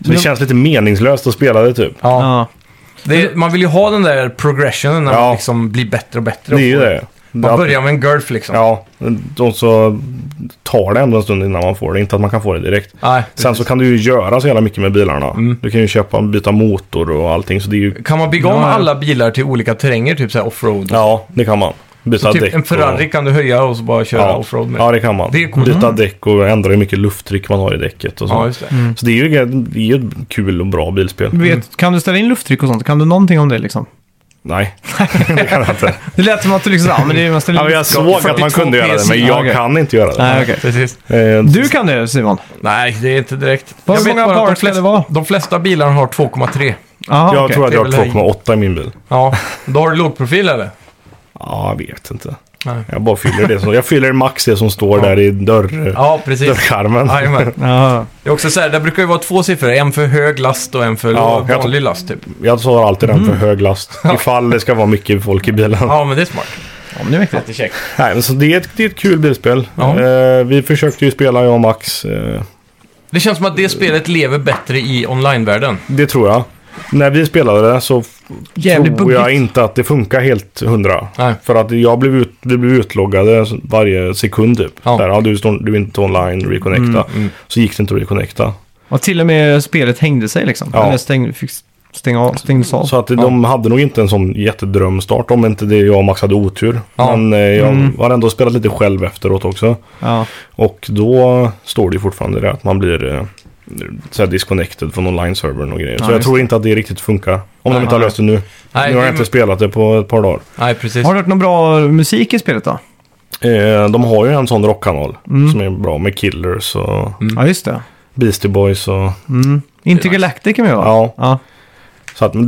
Så det känns lite meningslöst att spela det typ. Ja. Man vill ju ha den där progressionen när man liksom blir bättre och bättre. Det är ju det. Man börjar med en Golf liksom. Ja, och så tar det ändå en stund innan man får det. Inte att man kan få det direkt. Nej, sen så kan du ju göra så jävla mycket med bilarna. Du kan ju byta motor och allting. Så det är ju... Kan man bygga om alla bilar till olika terränger, typ så här offroad? Ja, det kan man. Byta så typ däck en Ferrari kan du höja och så bara köra offroad med. Ja, det kan man. Det är coolt. Byta däck och ändra hur mycket lufttryck man har i däcket och så. Ja, just det. Så det är ju ett kul och bra bilspel. Kan du ställa in lufttryck och sånt? Kan du någonting om det liksom? Nej, det kan jag inte. Det lät som att du liksom men det måste jag såg att man kunde göra det, men jag kan inte göra det. Nej, okay. Precis. Du kan det, Simon? Nej, det är inte direkt. Hur många parts ska det vara? De flesta bilarna har 2,3. Jag tror att jag har 2,8 i min bil. Ja, då har du lågprofil eller? Ja, jag vet inte. Nej. Jag bara fyller det. Jag fyller max det som står där i dörrkarmen. Ja. Det är också så här, det brukar ju vara 2 siffror. En för hög last och en för vanlig last typ. Jag tar alltid den för hög last. Ifall det ska vara mycket folk i bilen. Ja, men det är smart. Ja, men det är viktigt. Det är Nej, men så det är ett kul bilspel. Vi försökte ju spela, jag och Max. Det känns som att det spelet lever bättre i online-världen. Det tror jag. När vi spelade det så tror jag inte att det funkar helt 100. Nej. För att vi blev utloggade varje sekund typ. Ja. Du är inte online, reconnecta. Så gick det inte att reconnecta. Och till och med spelet hängde sig liksom. Ja. Eller stängdes av. Så att de hade nog inte en sån jättedrömstart om inte det jag och Max hade otur. Ja. Men jag har ändå spelat lite själv efteråt också. Ja. Och då står det fortfarande det att man blir... så här disconnected från online-servern och grejer. Så jag tror inte att det riktigt funkar. Om de inte har löst det nu. Nej, nu har jag inte spelat det på ett par dagar. Nej, precis. Har du hört någon bra musik i spelet då? De har ju en sån rockkanal som är bra med Killers och ja, just det. Beastie Boys och... Intergalactic är med va? Ja. Så att, men det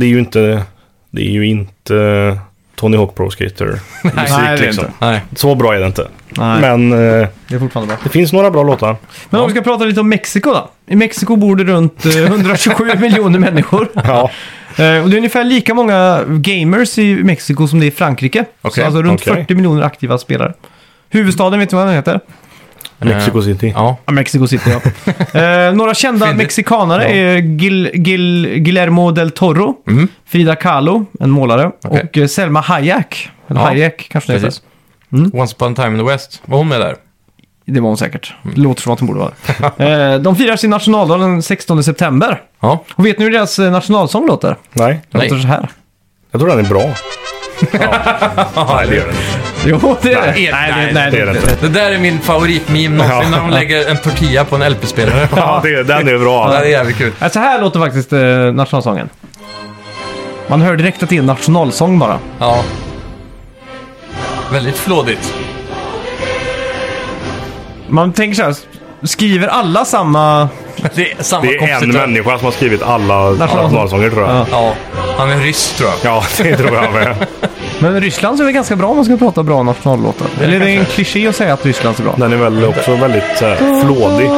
är ju inte Tony Hawk Pro Skater musik liksom. Nej. Så bra är det inte. Nej. Men det är fortfarande bra. Det finns några bra låtar. Men om vi ska prata lite om Mexiko då. I Mexiko bor det runt 127 miljoner människor. Ja. Och det är ungefär lika många gamers i Mexiko som det är i Frankrike. Okay. Så alltså runt 40 miljoner aktiva spelare. Huvudstaden, vet du vad den heter? Mexico City. Ja, Mexico City, ja. Några kända mexikanare är Guillermo del Toro, Frida Kahlo, en målare, och Selma Hayek. Eller Hayek, kanske det heter. Once upon a time in the West. Var hon med där? Det var hon säkert. Det låter som att hon borde vara. De firar sin nationaldag den 16 september. Ja. Och vet ni hur deras nationalsång låter? Nej. Det låter så här. Jag tror den är bra. Nej, det gör den. Jo, det är det. Nej, det är det inte. Det där är min favoritmeme någonsin när de lägger en tortilla på en LP-spelare. Ja, den är bra. Ja, det är jävligt kul. Så här låter faktiskt nationalsången. Man hör direkt att det är en nationalsång bara. Ja. Väldigt flådigt. Man tänker så här, skriver alla samma... Det är samma Det är en människa som har skrivit alla nationalsånger, tror jag. Ja, han är ryss, tror jag. Ja, det tror jag med. Men Ryssland så är det ganska bra om man ska prata bra nationallåtar. Eller är det en kliché att säga att Ryssland är bra? Den är väl också väldigt flådig.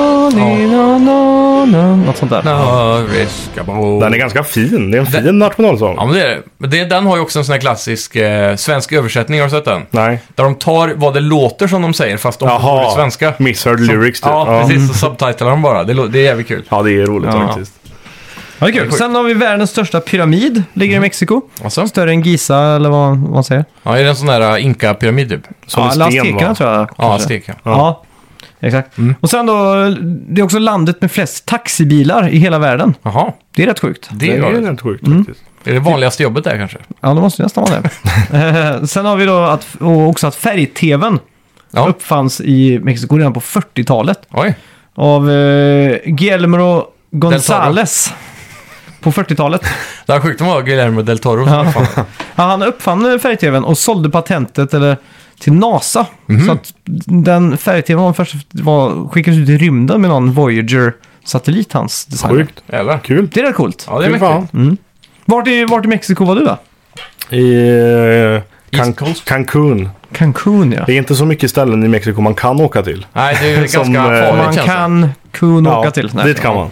Något sånt där. Den är ganska fin. Det är en fin nationalsång. Ja, men det är det. Den har ju också en sån här klassisk svensk översättning. Har du sett den? Nej. Där de tar vad det låter som de säger, fast de får det svenska. Misheard lyrics. Ja, precis. Så subtitlar de bara. Det är jävligt kul. Ja, det är roligt faktiskt. Ja, det är kul. Sen har vi världens största pyramid, ligger i Mexiko. Alltså? Större än Giza, eller vad man säger. Ja, är det en sån där Inka-pyramid typ? Som Aztekerna, tror jag. Ja, Azteca. Ja, exakt. Och sen då, det är också landet med flest taxibilar i hela världen. Jaha. Det är rätt sjukt. Det är rätt sjukt faktiskt. Är det vanligaste jobbet där kanske? Ja, det måste nästan vara det. Sen har vi då också att färg-tvn uppfanns i Mexiko redan på 40-talet. Oj. Av Guillermo González på 40-talet. Det är sjukt att vara Guillermo del Toro. Ja, han uppfann färg-tvn och sålde patentet till NASA. Så att den färg-tvn skickades ut i rymden med någon Voyager-satellit, hans design. Sjukt. Jävlar. Kul. Det är coolt. Ja, det är mäktigt. Vart i Mexiko var du då? I Cancún. Cancún, ja. Det är inte så mycket ställen i Mexiko man kan åka till. Nej, det är ganska farligt. Man kan åka till. Nej, dit kan man.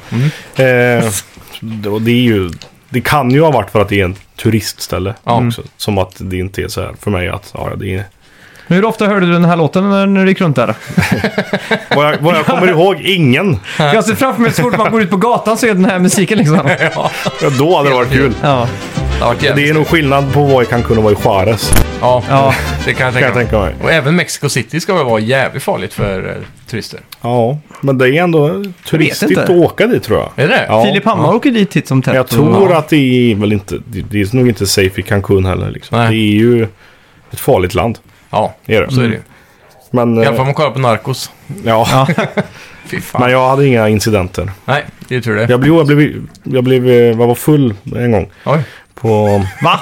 Det kan ju ha varit för att det är en turistställe också. Som att det inte är så här för mig att det är Hur ofta hörde du den här låten när du gick runt där? Vad jag kommer ihåg, ingen. Jag ser framför mig så fort man går ut på gatan så är den här musiken liksom. Ja, Ja, då hade det varit kul. Ja, det har varit jävligt. Det är nog skillnad på vad i Cancun och vad i Juarez. Ja, det kan jag tänka mig. Och även Mexico City ska väl vara jävligt farligt för turister. Ja, men det är ändå turistigt att åka dit, tror jag. Är det? Ja. Filip Hammar åker dit titt som tätt. Jag tror att det är väl inte... Det är nog inte safe i Cancun heller. Liksom. Nej. Det är ju ett farligt land. Ja, Är det? så är det ju. Men, I alla fall om man kollar på Narcos. ja. Fy fan. Men jag hade inga incidenter. Nej, det är tur det. Jag var full en gång. Oj. På, Va?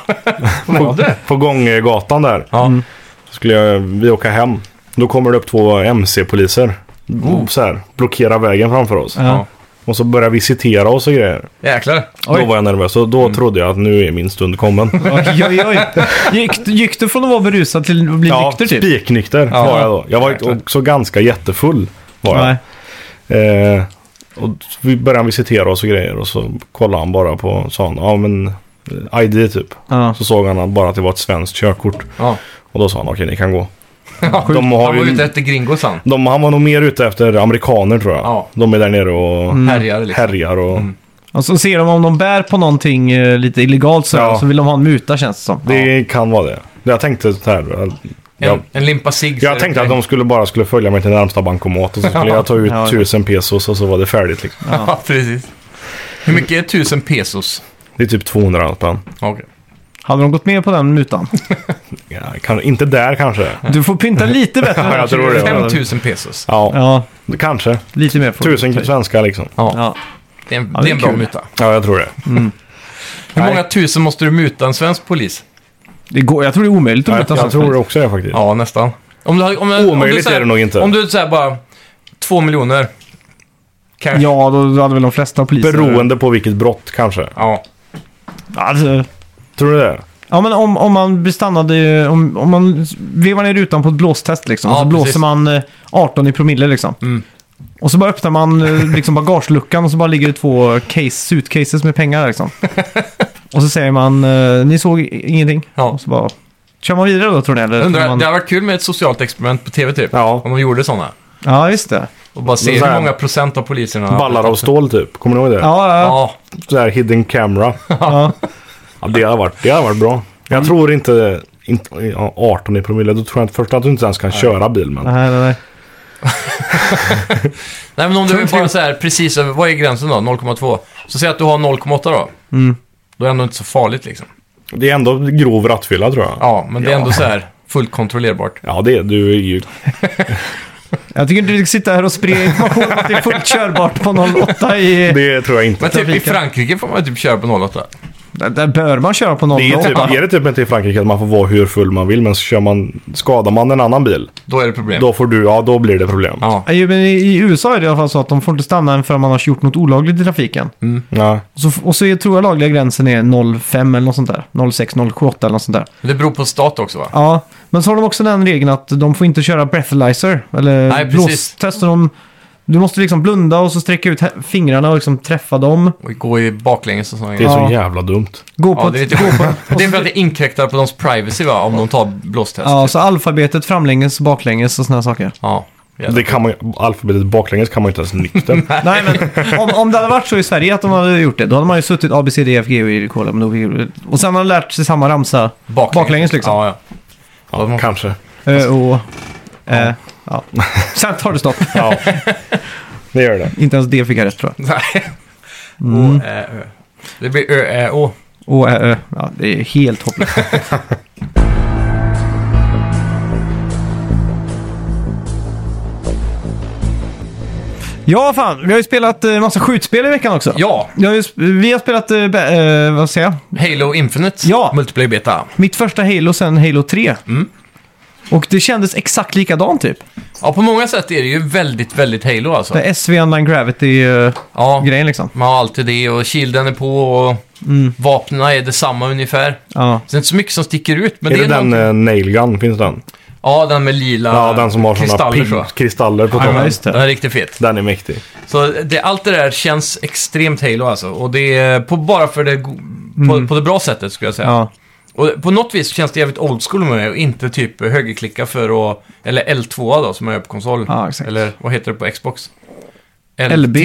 på gånggatan där. Ja. Så skulle vi åka hem. Då kommer det upp 2 MC-poliser. Så här, blockera vägen framför oss. Ja. Och så börjar visitera oss och grejer. Jäklar. Då var jag nervös. Och då trodde jag att nu är min stund kommen. Oj. Gick du från att vara berusad till att bli nykter typ? Spiknykter var jag då. Jag var också ganska jättefull. Var jag. Och vi började visitera oss och grejer. Och så kollade han bara på, sa han, ja men ID typ. Ja. Så såg han bara att det var ett svenskt körkort. Ja. Och då sa han, okej, ni kan gå. Han var ute efter gringos han. Han var nog mer ute efter amerikaner, tror jag. Ja. De är där nere och Härjar och... Och så ser de om de bär på någonting lite illegalt så vill de ha en muta, känns det som. Det kan vara det. Jag tänkte så här... En limpa cigg. Jag tänkte att de skulle följa mig till närmsta bankomat och så skulle jag ta ut 1000 pesos och så var det färdigt liksom. Ja, precis. Hur mycket är 1000 pesos? Det är typ 200 spänn. Okej. Hade de gått med på den mutan? Inte där kanske. Du får pynta lite bättre. Ja, jag tror det. 5000 pesos. Ja, kanske. Lite mer. 1000 svenska liksom. Ja. Det är en bra muta. Ja, jag tror det. Hur många tusen måste du muta en svensk polis? Det går, jag tror det är omöjligt att muta. Jag tror det också är faktiskt. Ja, nästan. Omöjligt är det nog inte. Om du säger bara 2 miljoner cash. Ja, då hade väl de flesta poliser... Beroende på vilket brott kanske. Ja. Alltså... Tror du det? Ja, men om man blir stannad om man vevar ner rutan på ett blåstest liksom, Ja, så blåser precis. man 18 i promille liksom. Och så bara öppnar man liksom bagageluckan och så bara ligger det 2 suitcases med pengar där, liksom. Och så säger man, ni såg ingenting. Ja. Och så bara, kör man vidare då, tror ni? Eller Undrar, man... Det har varit kul med ett socialt experiment på tv typ. Ja. Om de gjorde sådana. Ja, just det. Och bara se så här- hur många procent av poliserna... Ballar av stål typ. Kommer du ihåg det? Ja. Ja. Så här hidden camera. Ja. Ja, det har varit bra. Jag tror inte 18 i promille. Då tror jag först att du inte ens kan köra bil. Men... Nej. Nej, men om du bara så här precis över, vad är gränsen då? 0,2. Så säg att du har 0,8 då. Då är det ändå inte så farligt liksom. Det är ändå grov rattfylla, tror jag. Ja, men det är ändå så här fullt kontrollerbart. Ja, du är ju... Jag tycker inte du ska sitta här och sprida information om att det är fullt körbart på 08 i... Det tror jag inte. Men typ i Frankrike får man typ köra på 0,8. Där bör man köra på 08. Är det typ inte i Frankrike att man får vara hur full man vill, men skadar man en annan bil, Då är det problem. då blir det problem. Ja. Men i USA är det i alla fall så att de får inte stanna en förrän man har gjort något olagligt i trafiken. Ja. Och så tror jag lagliga gränsen är 0,5 eller något sånt där. 0,6, 0,8 eller något sånt där. Det beror på stat också, va? Ja, men så har de också den regeln att de får inte köra breathalyzer eller Nej, precis. blåstest. Du måste liksom blunda och så sträcka ut fingrarna och liksom träffa dem. Och gå i baklänges och sådana Det är grejer. så jävla dumt. Gå på Ja, det är det är för att det inkräktar på deras privacy, va? Om de tar blåstest. Ja, så alfabetet framlänges, baklänges och såna här saker. Ja. Det kan man, alfabetet baklänges kan man inte ens nykter. Nej, men om det hade varit så i Sverige att de hade gjort det, då hade man ju suttit A, B, C, D, F, G, O, I, K, L, M, och sen har man lärt sig samma ramsa baklänges liksom. Ja. Ja, kanske. Ja. Sen tar det stopp. Ja, det gör det. Inte ens det fick jag rätt, tror jag. Nej. Ö. Det blir Ö. Ja, det är helt hopplöst. Ja, fan. Vi har ju spelat massa skjutspel i veckan också. Ja. Vi har spelat, vad säger jag? Halo Infinite. Ja. Multiplayer beta. Mitt första Halo, sen Halo 3. Och det kändes exakt likadant typ. Ja, på många sätt är det ju väldigt, väldigt Halo alltså. Det är SV Online Gravity-grejen liksom. Man har alltid det och shielden är på och vapnen är detsamma ungefär. Ja. Så det är inte så mycket som sticker ut. Men Är det det är den nail gun? Finns den? Ja, den med lila Ja, den som har kristaller sådana kristaller på Ja, toppen. just det. Den är riktigt fet. Den är mäktig. Så allt det där känns extremt Halo alltså. Och det är bara för det på det bra sättet skulle jag säga. Ja. Och på något vis känns det jävligt old school med och inte typ högerklicka för att... Eller L2 då, som man gör på konsol. Ja, exakt. Eller vad heter det på Xbox? LB.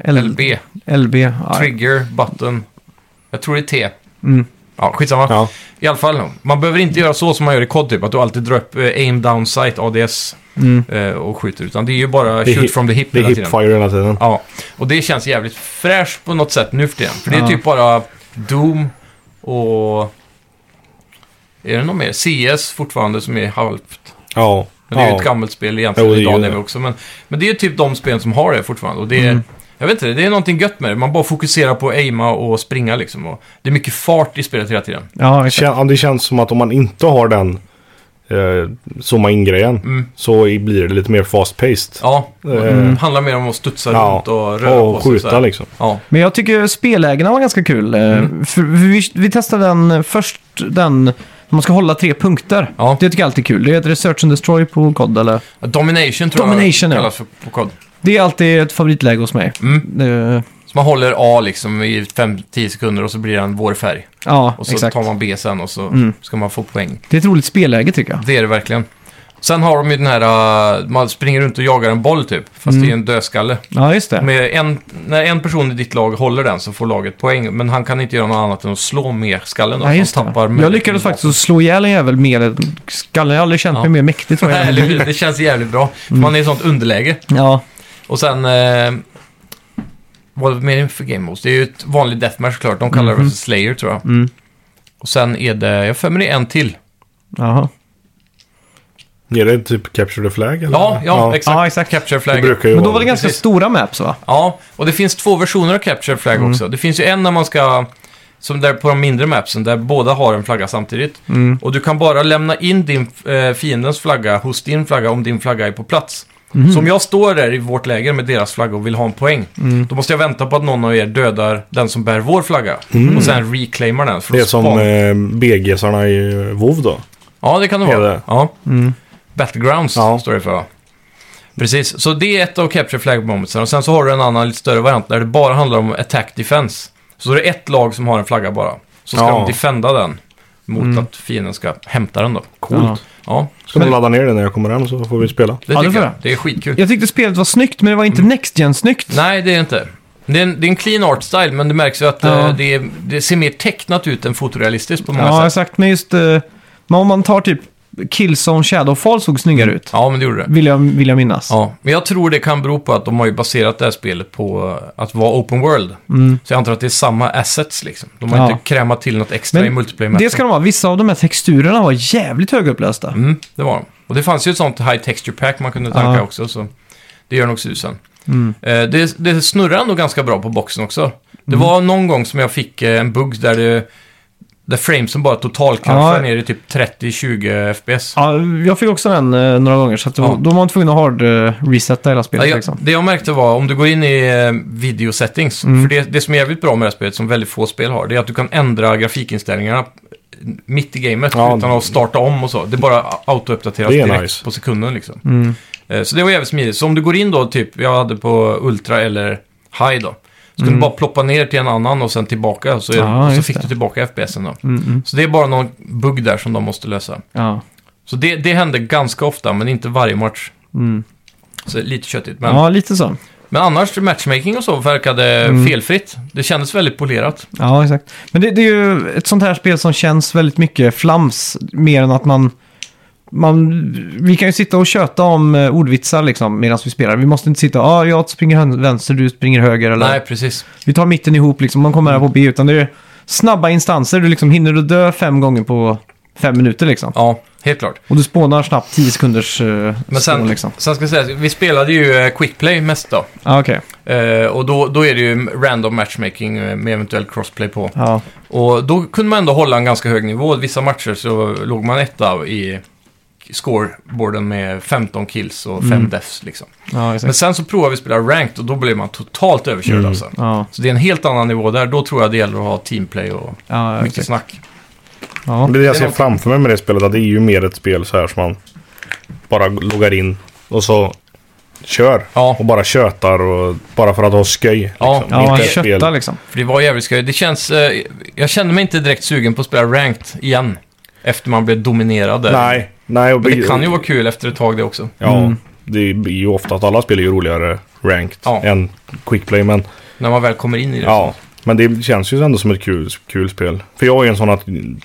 LB. Ja. Trigger, button. Jag tror det är T. Mm. Ja, skitsamma. Ja. I alla fall, man behöver inte göra så som man gör i COD typ. Att du alltid drar upp aim down sight, ADS och skjuter. Utan det är ju bara shoot from the hip hela tiden. Det är hipfire hela tiden. Ja, och det känns jävligt fräscht på något sätt nu för tiden. För det är typ bara Doom och... Är det något mer? CS fortfarande som är halvt. Ja. Men det är ju ett gammalt spel egentligen idag nu också. Men det är ju typ de spel som har det fortfarande. Och det är, jag vet inte, det är någonting gött med det. Man bara fokuserar på att aima och springa liksom. Och det är mycket fart i spelet hela tiden. Ja, det känns som att om man inte har den zooma in-grejen så blir det lite mer fast-paced. Ja, handlar mer om att studsa runt och röra och på skjuta liksom. Ja. Men jag tycker spellägena var ganska kul. För vi testade den först, man ska hålla 3 punkter. Ja. Det tycker jag alltid är kul. Det heter Search and Destroy på COD eller? Domination tror jag kallas för på COD. Det är alltid ett favoritläge hos mig. Så man håller A liksom i 5-10 sekunder och så blir det en vår färg. Ja, och så exakt. tar man B sen och så ska man få poäng. Det är ett roligt spelläge tycker jag. Det är det verkligen. Sen har de ju den här, man springer runt och jagar en boll typ, fast det är en dödskalle. Ja, just det. När en person i ditt lag håller den så får laget poäng, men han kan inte göra något annat än att slå med skallen. Ja, just det. Jag lyckades faktiskt slå ihjäl en jävel med skallen. Jag har aldrig känt mig mer mäktig tror jag. Nej, det känns jävligt bra. Man är i sånt underläge. Ja. Och sen, vad är det mer för game modes? Det är ju ett vanligt deathmatch klart. De kallar det för Slayer tror jag. Och sen är det, jag för mig det är en till. Jaha. Är det typ Capture the Flag? Eller? Ja, exakt. Ja, exakt. Capture Flag. Men då var det ganska stora maps va? Ja, och det finns 2 versioner av Capture Flag också. Det finns ju en när man ska, som där på de mindre mapsen, där båda har en flagga samtidigt. Och du kan bara lämna in din fiendens flagga hos din flagga om din flagga är på plats. Så om jag står där i vårt läger med deras flagga och vill ha en poäng, då måste jag vänta på att någon av er dödar den som bär vår flagga. Och sen reclaimar den. För det är som BG-sarna i WoW då? Ja, det kan det vara. Ja. Battlegrounds står det för. Precis, så det är ett av Capture Flag momentsen. Och sen så har du en annan lite större variant där det bara handlar om attack defense. Så det är ett lag som har en flagga bara. Så ska de defenda den mot att fienden ska hämta den då. Coolt. Ja. Ska man ladda ner den när jag kommer hem så får vi spela. Det tycker jag. Det är skitkul. Jag tyckte spelet var snyggt, men det var inte Next Gen snyggt. Nej, det är inte. Det är en clean art style, men det märks ju att det ser mer tecknat ut än fotorealistiskt på många sätt. Ja, exakt. Men just om man tar typ Killzone Shadowfall såg snyggare ut. Ja, men det gjorde det. Vill jag minnas. Ja, men jag tror det kan bero på att de har ju baserat det här spelet på att vara open world. Så jag antar att det är samma assets liksom. De har inte krämat till något extra i multiplayer. Det ska de vara. Vissa av de här texturerna var jävligt högupplösta. Det var de. Och det fanns ju ett sånt high texture pack man kunde tanka också, så det gör nog susen. Det snurrar ändå ganska bra på boxen också. Det var någon gång som jag fick en bugg där framesen bara totalkraschade ner i typ 30-20 FPS. Ja, jag fick också den några gånger, så att då var man tvungen att hard resetta hela spelet. Liksom. Det jag märkte var, om du går in i video settings, för det som är jävligt bra med det här spelet, som väldigt få spel har, det är att du kan ändra grafikinställningarna mitt i gamet utan att starta om och så. Det bara auto-uppdateras direkt på sekunden liksom. Så det var jävligt smidigt. Så om du går in då, typ, jag hade på Ultra eller High då, så kan du bara ploppa ner till en annan och sen tillbaka. Och så fick du tillbaka FPSen då. Så det är bara någon bugg där som de måste lösa. Så det händer ganska ofta, men inte varje match. Så lite köttigt. Men, ja, lite så. Men annars, matchmaking och så verkade felfritt. Det kändes väldigt polerat. Ja, exakt. Men det är ju ett sånt här spel som känns väldigt mycket flams, mer än att vi kan ju sitta och köta om ordvitsar liksom medan vi spelar. Vi måste inte sitta jag springer vänster, du springer höger. Eller, nej, precis. Vi tar mitten ihop liksom, man kommer här på B, utan det är snabba instanser. Du liksom hinner du dö 5 gånger på 5 minuter liksom. Ja, helt klart. Och du spånar snabbt 10 sekunders men sen liksom. Sen ska jag säga, vi spelade ju quickplay mest då. Okej. Och då är det ju random matchmaking med eventuell crossplay på. Ja. Och då kunde man ändå hålla en ganska hög nivå. Vissa matcher så låg man etta i scoreboarden med 15 kills och 5 deaths liksom. Ja, men sen så provade vi att spela ranked och då blev man totalt överkörd alltså. Ja. Så det är en helt annan nivå där. Då tror jag det gäller att ha teamplay och mycket snack. Ja. Det jag ser framför mig med det spelet, att det är ju mer ett spel så här som man bara loggar in och så kör. Och bara tjötar och bara för att ha sköj. Liksom. Ja, köttar liksom. För det var jävligt skoj. Det känns... jag kände mig inte direkt sugen på att spela ranked igen. Efter man blev dominerad där. Nej. Men det kan ju vara kul efter ett tag det också. Ja, det är ju ofta att alla spelar ju roligare ranked än quickplay, men... När man väl kommer in i det. Ja, men det känns ju ändå som ett kul spel. För jag är en sån att...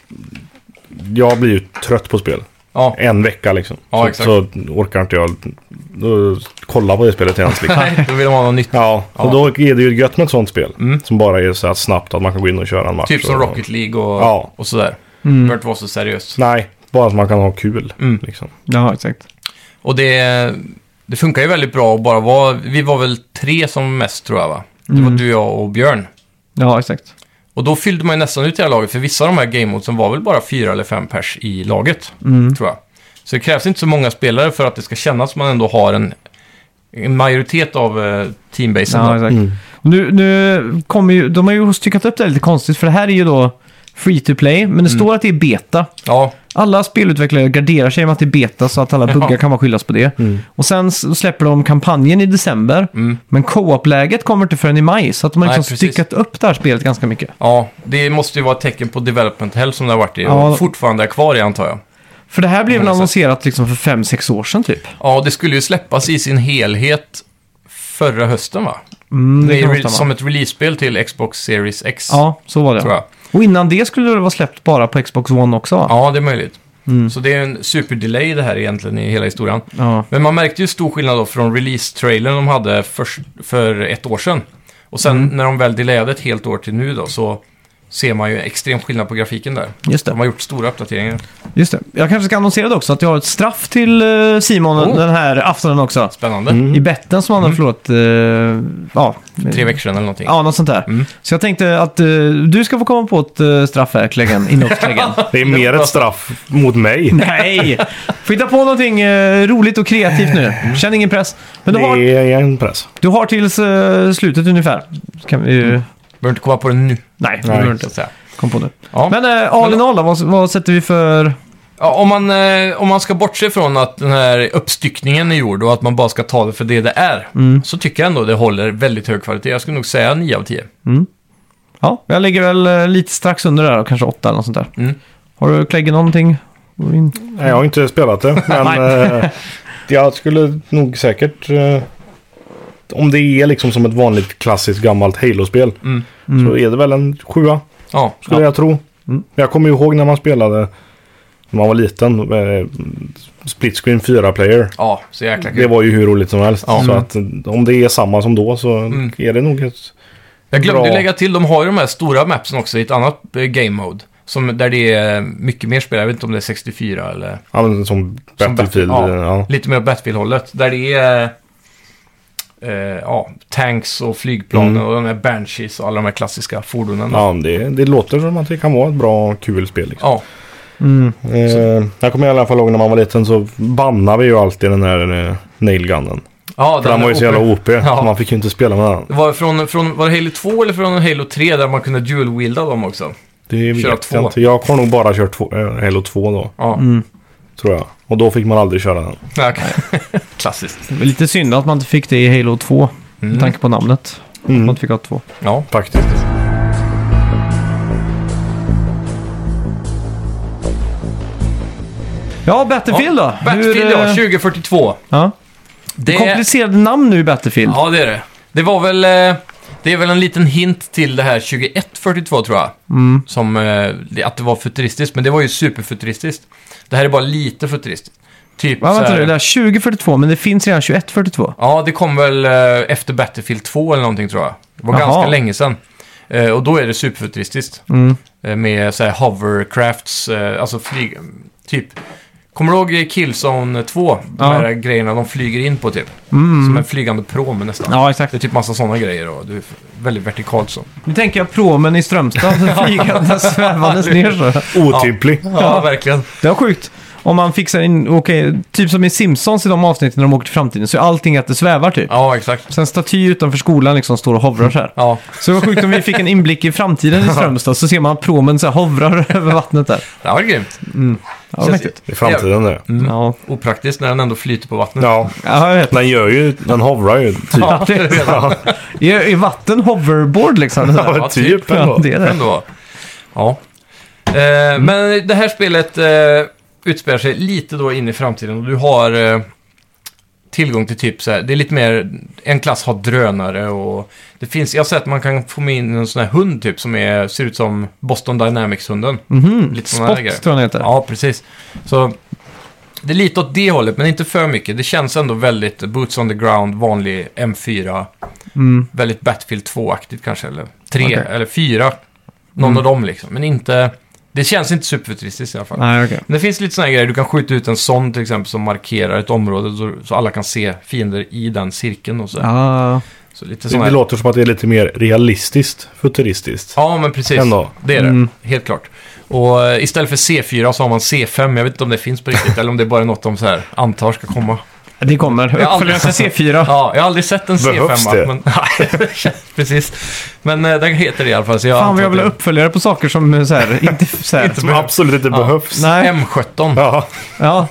Jag blir ju trött på spel. En vecka liksom. Så orkar inte jag kolla på det spelet ens. Liksom. Nej, då vill man ha något nytt. Ja, och då är det ju gött med ett sånt spel. Som bara är så här snabbt att man kan gå in och köra en match. Typ som Rocket League och sådär. Det behöver inte vara så seriöst. Nej, bara att man kan ha kul. Liksom. Ja, exakt. Och det funkar ju väldigt bra. Vi var väl 3 som mest, tror jag, va? Det var du, jag och Björn. Ja, exakt. Och då fyllde man ju nästan ut hela laget. För vissa av de här game modesen var väl bara 4 eller 5 pers i laget, tror jag. Så det krävs inte så många spelare för att det ska kännas som man ändå har en majoritet av teambasen. Ja, exakt. Och nu kommer ju... De har ju styckat upp det lite konstigt. För det här är ju då free to play. Men det står att det är beta. Ja. Alla spelutvecklare garderar sig med att det är beta så att alla buggar kan vara skyllas på det. Och sen släpper de kampanjen i december. Men co-op-läget kommer inte förrän i maj. Så att de har liksom styckat upp det här spelet ganska mycket. Ja, det måste ju vara ett tecken på development hell som det har varit i. Och fortfarande är kvar i, antar jag. För det här blev väl annonserat liksom för 5-6 år sedan typ. Ja, det skulle ju släppas i sin helhet förra hösten, va? Som ett release-spel till Xbox Series X. Ja, så var det. Tror jag. Och innan det skulle det vara släppt bara på Xbox One också, va? Ja, det är möjligt. Så det är en super-delay det här egentligen i hela historien. Ja. Men man märkte ju stor skillnad då från release-trailern de hade för 1 år sedan. Och sen när de väl delayade ett helt år till nu då, så ser man ju extrem skillnad på grafiken där. Just det. De har gjort stora uppdateringar. Just det. Jag kanske ska annonsera det också att jag har ett straff till Simon den här aftonen också. Spännande. I betten som han har förlorat 3 veckor sedan eller någonting. Ja, något sånt där. Så jag tänkte att du ska få komma på ett straff här, Kläggen, inhoppskläggen. Det är mer ett straff mot mig. Nej! Får hitta på någonting roligt och kreativt nu. Känn ingen press. Men det är en press. Du har tills slutet ungefär. Kan vi behöver inte komma på det nu. Nej, det behöver inte säga. Kom på det. Ja. Men all in all, vad sätter vi för... Ja, om man ska bortse från att den här uppstyckningen är gjord och att man bara ska ta det för det är, så tycker jag ändå det håller väldigt hög kvalitet. Jag skulle nog säga 9 av 10. Ja, jag ligger väl lite strax under där och kanske 8 eller något sånt där. Har du Kläggen någonting? Nej, jag har inte spelat det, men jag skulle nog säkert... om det är liksom som ett vanligt klassiskt gammalt Halo-spel så är det väl en 7 skulle jag tro. Jag kommer ju ihåg när man spelade när man var liten split screen 4-player. Ja, så jäkla kul. Det var ju hur roligt som helst. Så att om det är samma som då så är det nog ett Jag glömde lägga till, de har ju de här stora mapsen också i ett annat game mode. Där det är mycket mer spel. Jag vet inte om det är 64 eller... Ja, men som Battlefield. Lite mer Battlefield-hållet. Där det är... tanks och flygplan och de här Banshees och alla de här klassiska fordonen. Ja, det låter som att det kan vara ett bra, kul spel. Liksom. Ja. Jag kommer i alla fall ihåg när man var liten så bannade vi ju alltid den här nailgunnen. Ja, för den var ju så jävla OP, så man fick ju inte spela med den. Det var var det Halo 2 eller från Halo 3 där man kunde dual-wielda dem också? Det vet jag inte. Jag har nog bara kört Halo 2 då. Ja. Tror jag. Och då fick man aldrig köra den. Okay. Klassiskt. Det är lite synd att man inte fick det i Halo 2. Med tanke på namnet. Man inte fick ha 2. Ja, faktiskt. Ja, Battlefield då? Battlefield 2042. Ja. Komplicerade namn nu i Battlefield. Ja, det är det. Det var väl... Det är väl en liten hint till det här 2142 tror jag. Som att det var futuristiskt. Men det var ju superfuturistiskt. Det här är bara lite futuristiskt. Typ ja, vänta nu, det är 2042 men det finns redan 2142. Ja, det kom väl efter Battlefield 2 eller någonting tror jag. Det var ganska länge sedan. Och då är det superfuturistiskt. Med så här hovercrafts, alltså flyg... Typ... Kommer du ihåg Killzone 2? De här grejerna de flyger in på typ. Som en flygande prom nästan. Ja, exakt. Det är typ massa sådana grejer och det är väldigt vertikalt så. Nu tänker jag promen i Strömstad. Flygande svävandes ner så. Otymplig. Ja, verkligen. Det var sjukt. om man fixar in, typ som i Simpsons i de avsnitten när de åker till framtiden, så är allting att det svävar typ. Ja, exakt. Sen staty utanför skolan liksom står och hovrar så här. Ja. Så det var sjukt om vi fick en inblick i framtiden i Strömstad, så ser man att promen så här hovrar över vattnet där. Det var grymt. Ja, det var mäktigt. I framtiden nu. Ja. Opraktiskt när den ändå flyter på vattnet. Ja, Ja, jag vet. den hovrar ju typ. Ja, det är redan. I vatten hoverboard liksom. Det där. Ja, typ ändå. Ja, det är det. Ändå. Ja. Men det här spelet utspelar sig lite då in i framtiden och du har tillgång till typ så här, det är lite mer, en klass har drönare och det finns, jag har sett att man kan få med in en sån här hund typ som ser ut som Boston Dynamics-hunden. Lite såna här Spot grejer. tror jag den heter. Ja, precis. Så det är lite åt det hållet, men inte för mycket. Det känns ändå väldigt boots on the ground, vanlig M4. Väldigt Battlefield 2-aktigt kanske, eller 3, Okej. eller 4. Någon av dem liksom. Men inte... Det känns inte superfuturistiskt i alla fall. Nej, okej. Men det finns lite såna här grejer. Du kan skjuta ut en sån till exempel som markerar ett område så alla kan se fiender i den cirkeln och så. Ja. Så lite såna Det här... låter som att det är lite mer realistiskt, futuristiskt. Ja, men precis. Ändå. Det är det. Helt klart. Och istället för C4 så har man C5. Jag vet inte om det finns på riktigt eller om det är bara något de så här antar ska komma. Det kommer. Uppföljaren till C4. Ja, jag har aldrig sett en Behövs C5. det? Men, precis. Men den heter det i alla fall. Så jag Fan vad jag vill antar ha att uppföljare på saker som så här, inte så här. Som absolut inte behövs. Nej. M17. Ja. Ja.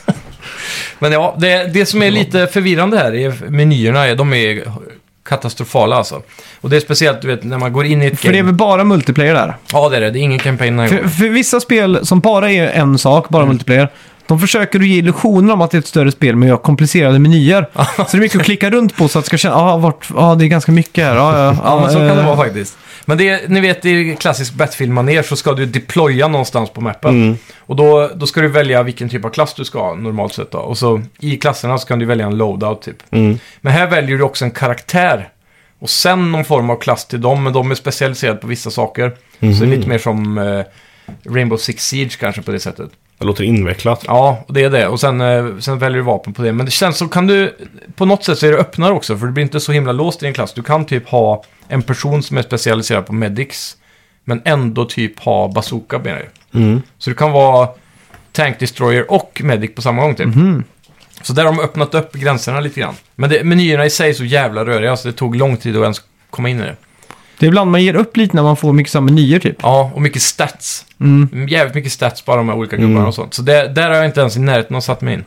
Men ja, det som är lite förvirrande här är menyerna. De är katastrofala alltså. Och det är speciellt, du vet, när man går in i ett För det är game. väl bara multiplayer där? Ja, det är det. Det är ingen campaign den här gången. För vissa spel som bara är en sak, bara multiplayer, de försöker ge illusioner om att det är ett större spel med komplicerade menyer. Så det är mycket att klicka runt på så att det ska känna, det är ganska mycket här. Ja, men så kan det vara faktiskt. Men det, ni vet, i klassisk Battlefield-manér så ska du deploya någonstans på mappen. Och då ska du välja vilken typ av klass du ska ha normalt sett då. Och så i klasserna så kan du välja en loadout typ. Men här väljer du också en karaktär. Och sen någon form av klass till dem, men de är specialiserade på vissa saker. Så det är lite mer som Rainbow Six Siege kanske på det sättet. Det låter invecklat. Ja, det är det. Och sen väljer du vapen på det. Men det känns så kan du... På något sätt så är det öppnare också. För det blir inte så himla låst i en klass. Du kan typ ha en person som är specialiserad på medics. Men ändå typ ha bazooka med dig. Så du kan vara tank destroyer och medic på samma gång typ. Så där har de öppnat upp gränserna lite grann. Men menyerna i sig är så jävla röriga. Så det tog lång tid att ens komma in i det. Det är ibland man ger upp lite när man får mycket samma menyer typ. Ja, och mycket stats. Jävligt mycket stats bara de här olika gubbarna och sånt. Så där har jag inte ens i närheten av satt mig in.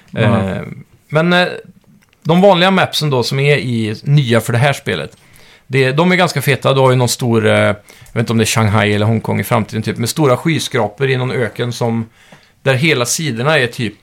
Men de vanliga mapsen då som är i nya för det här spelet. De är ganska feta. Du har ju någon stor, jag vet inte om det är Shanghai eller Hongkong i framtiden typ. Med stora skyskrapor i någon öken där hela sidorna är typ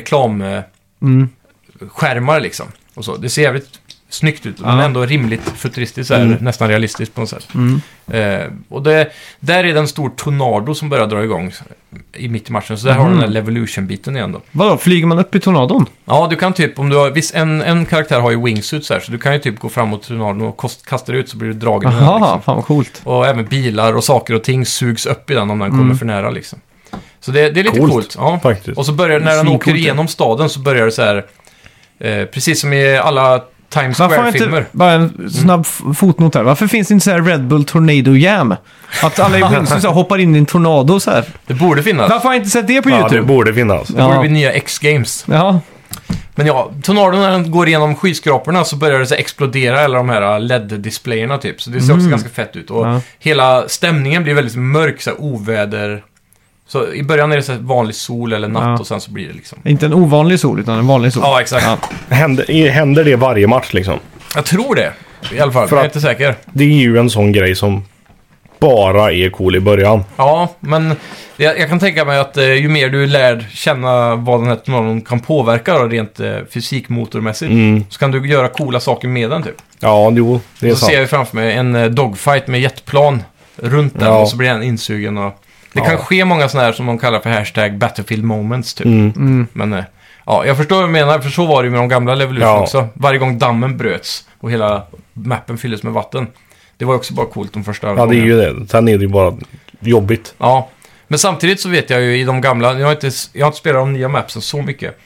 reklamskärmar liksom. Och så. Det ser jävligt snyggt ut, men ändå rimligt futuristiskt, så här, nästan realistiskt på något sätt. Och där är det en stor tornado som börjar dra igång i mitt i matchen, så där har du den här Levolution-biten igen då. Vadå, flyger man upp i tornadon? Ja, du kan typ, om du har, en karaktär har ju wingsuit så här, så du kan ju typ gå fram mot tornadon och kasta ut så blir du dragen. Jaha, liksom. fan vad coolt. Och även bilar och saker och ting sugs upp i den om den kommer för nära liksom. Så det är lite coolt. Ja. Faktiskt. Och så börjar när den åker igenom staden så börjar det så här, precis som i alla Times Square-filmer. Bara en snabb fotnot här. Varför finns det inte så här Red Bull Tornado Jam? Att alla i wingsuit så här hoppar in i en tornado så här. Det borde finnas. Varför har jag inte sett det på Ja, YouTube? det borde finnas. Det borde bli nya X-Games. Ja. Men ja, tornadon när den går igenom skyskraporna så börjar det så explodera alla de här LED-displayerna typ. Så det ser också ganska fett ut. Och hela stämningen blir väldigt mörk, så här oväder. Så i början är det så här vanlig sol eller natt och sen så blir det liksom... Inte en ovanlig sol utan en vanlig sol. Ja, exakt. Ja. Händer det varje match liksom? Jag tror det. I alla fall, För jag är att- inte säker. Det är ju en sån grej som bara är cool i början. Ja, men jag kan tänka mig att ju mer du lär känna vad den här tornadon kan påverka då, rent fysikmotormässigt, så kan du göra coola saker med den typ. Ja, jo, det är Så sant. ser jag framför mig en dogfight med jetplan runt den Ja. och så blir den insugen. Och det kan ske många sådana här som de kallar för hashtag Battlefield moments typ. Men ja, jag förstår vad du menar, för så var det ju med de gamla Levolution också. Varje gång dammen bröts och hela mappen fylldes med vatten. Det var också bara coolt de första Ja, det är gångerna. ju det. Sen är det ju bara jobbigt. Ja, men samtidigt så vet jag ju i de gamla, jag har inte spelat de nya mapsen så mycket.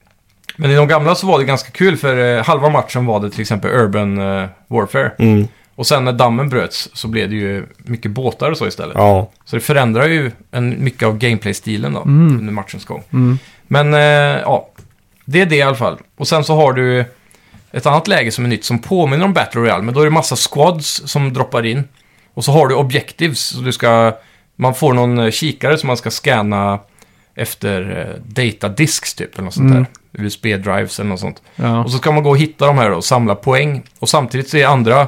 Men i de gamla så var det ganska kul, för halva matchen var det till exempel Urban Warfare. Och sen när dammen bröts så blev det ju mycket båtar och så istället. Ja. Så det förändrar ju mycket av gameplay-stilen då, under matchens gång. Men ja, det är det i alla fall. Och sen så har du ett annat läge som är nytt som påminner om Battle Royale. Men då är det massa squads som droppar in. Och så har du objectives. Så man får någon kikare som man ska scanna efter datadisks typ. Eller något sånt där. USB-drives eller något sånt. Ja. Och så ska man gå och hitta de här och samla poäng. Och samtidigt så är andra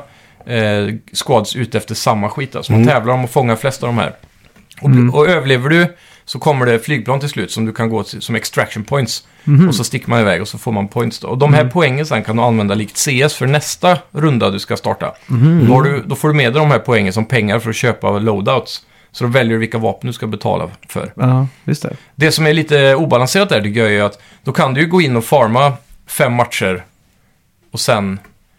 squads ute efter samma skit. Så man tävlar om att fånga flesta av de här. Och överlever du så kommer det flygplan till slut som du kan gå till som extraction points. Och så sticker man iväg och så får man points då. Och de här poängen sen kan du använda likt CS för nästa runda du ska starta. Då får du med dig de här poängen som pengar för att köpa loadouts. Så då väljer du vilka vapen du ska betala för. Ja, visst det. Det som är lite obalanserat där, det gör ju att då kan du ju gå in och farma 5 matcher och sen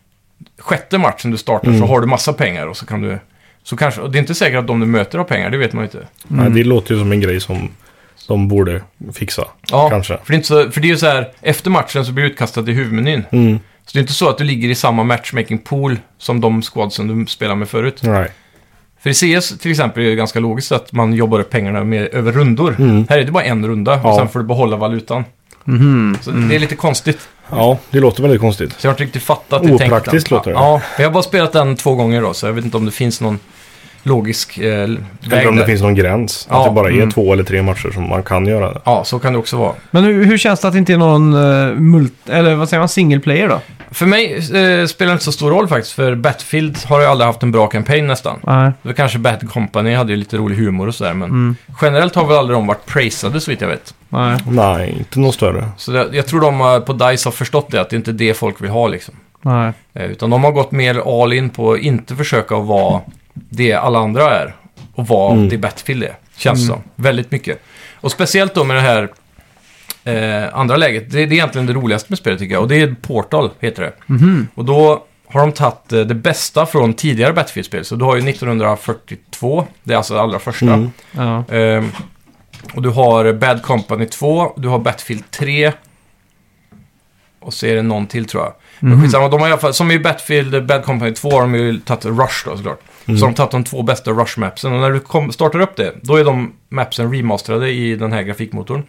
6:e matchen du startar så har du massa pengar och så kan du... Så kanske, och det är inte säkert att de du möter har pengar, det vet man ju inte. Nej, det låter ju som en grej som de borde fixa. Ja, kanske. För det är ju så här, efter matchen så blir du utkastad i huvudmenyn. Så det är inte så att du ligger i samma matchmaking pool som de squadsen du spelar med förut. Nej. För i CS till exempel är det ganska logiskt att man jobbar upp pengarna över rundor. Här är det bara en runda och sen får du behålla valutan. Så det är lite konstigt. Ja, det låter väldigt konstigt. Så jag har inte riktigt fattat det. Opraktiskt låter det. Ja, jag har bara spelat den 2 gånger då, så jag vet inte om det finns någon logisk väg eller om det finns någon gräns. Att det bara är 2 eller 3 matcher som man kan göra det. Ja, så kan det också vara. Men hur känns det att det inte är någon eller vad säger man, single player då? För mig spelar det inte så stor roll faktiskt, för Battlefield har ju aldrig haft en bra kampanj nästan. Nej. Det var kanske Bad Company hade ju lite rolig humor och sådär, men generellt har väl aldrig de varit praisade så vitt jag vet. Nej, inte någon större. Så jag tror de på DICE har förstått det, att det inte är det folk vill ha liksom. Nej. Utan de har gått mer all in på att inte försöka att vara det alla andra är och vara det Battlefield är, känns som. Väldigt mycket. Och speciellt då med det här andra läget, det är egentligen det roligaste med spelet tycker jag, och det är Portal heter det. Och då har de tagit det bästa från tidigare Battlefield-spel, så du har ju 1942, det är alltså det allra första. Och du har Bad Company 2, du har Battlefield 3 och så är det någon till tror jag. Men skitsamma, de har i alla fall, som i Battlefield Bad Company 2 har de ju tagit Rush då såklart. Så de har tagit de 2 bästa Rush-mapsen. Och när du startar upp det, då är de mapsen remasterade i den här grafikmotorn.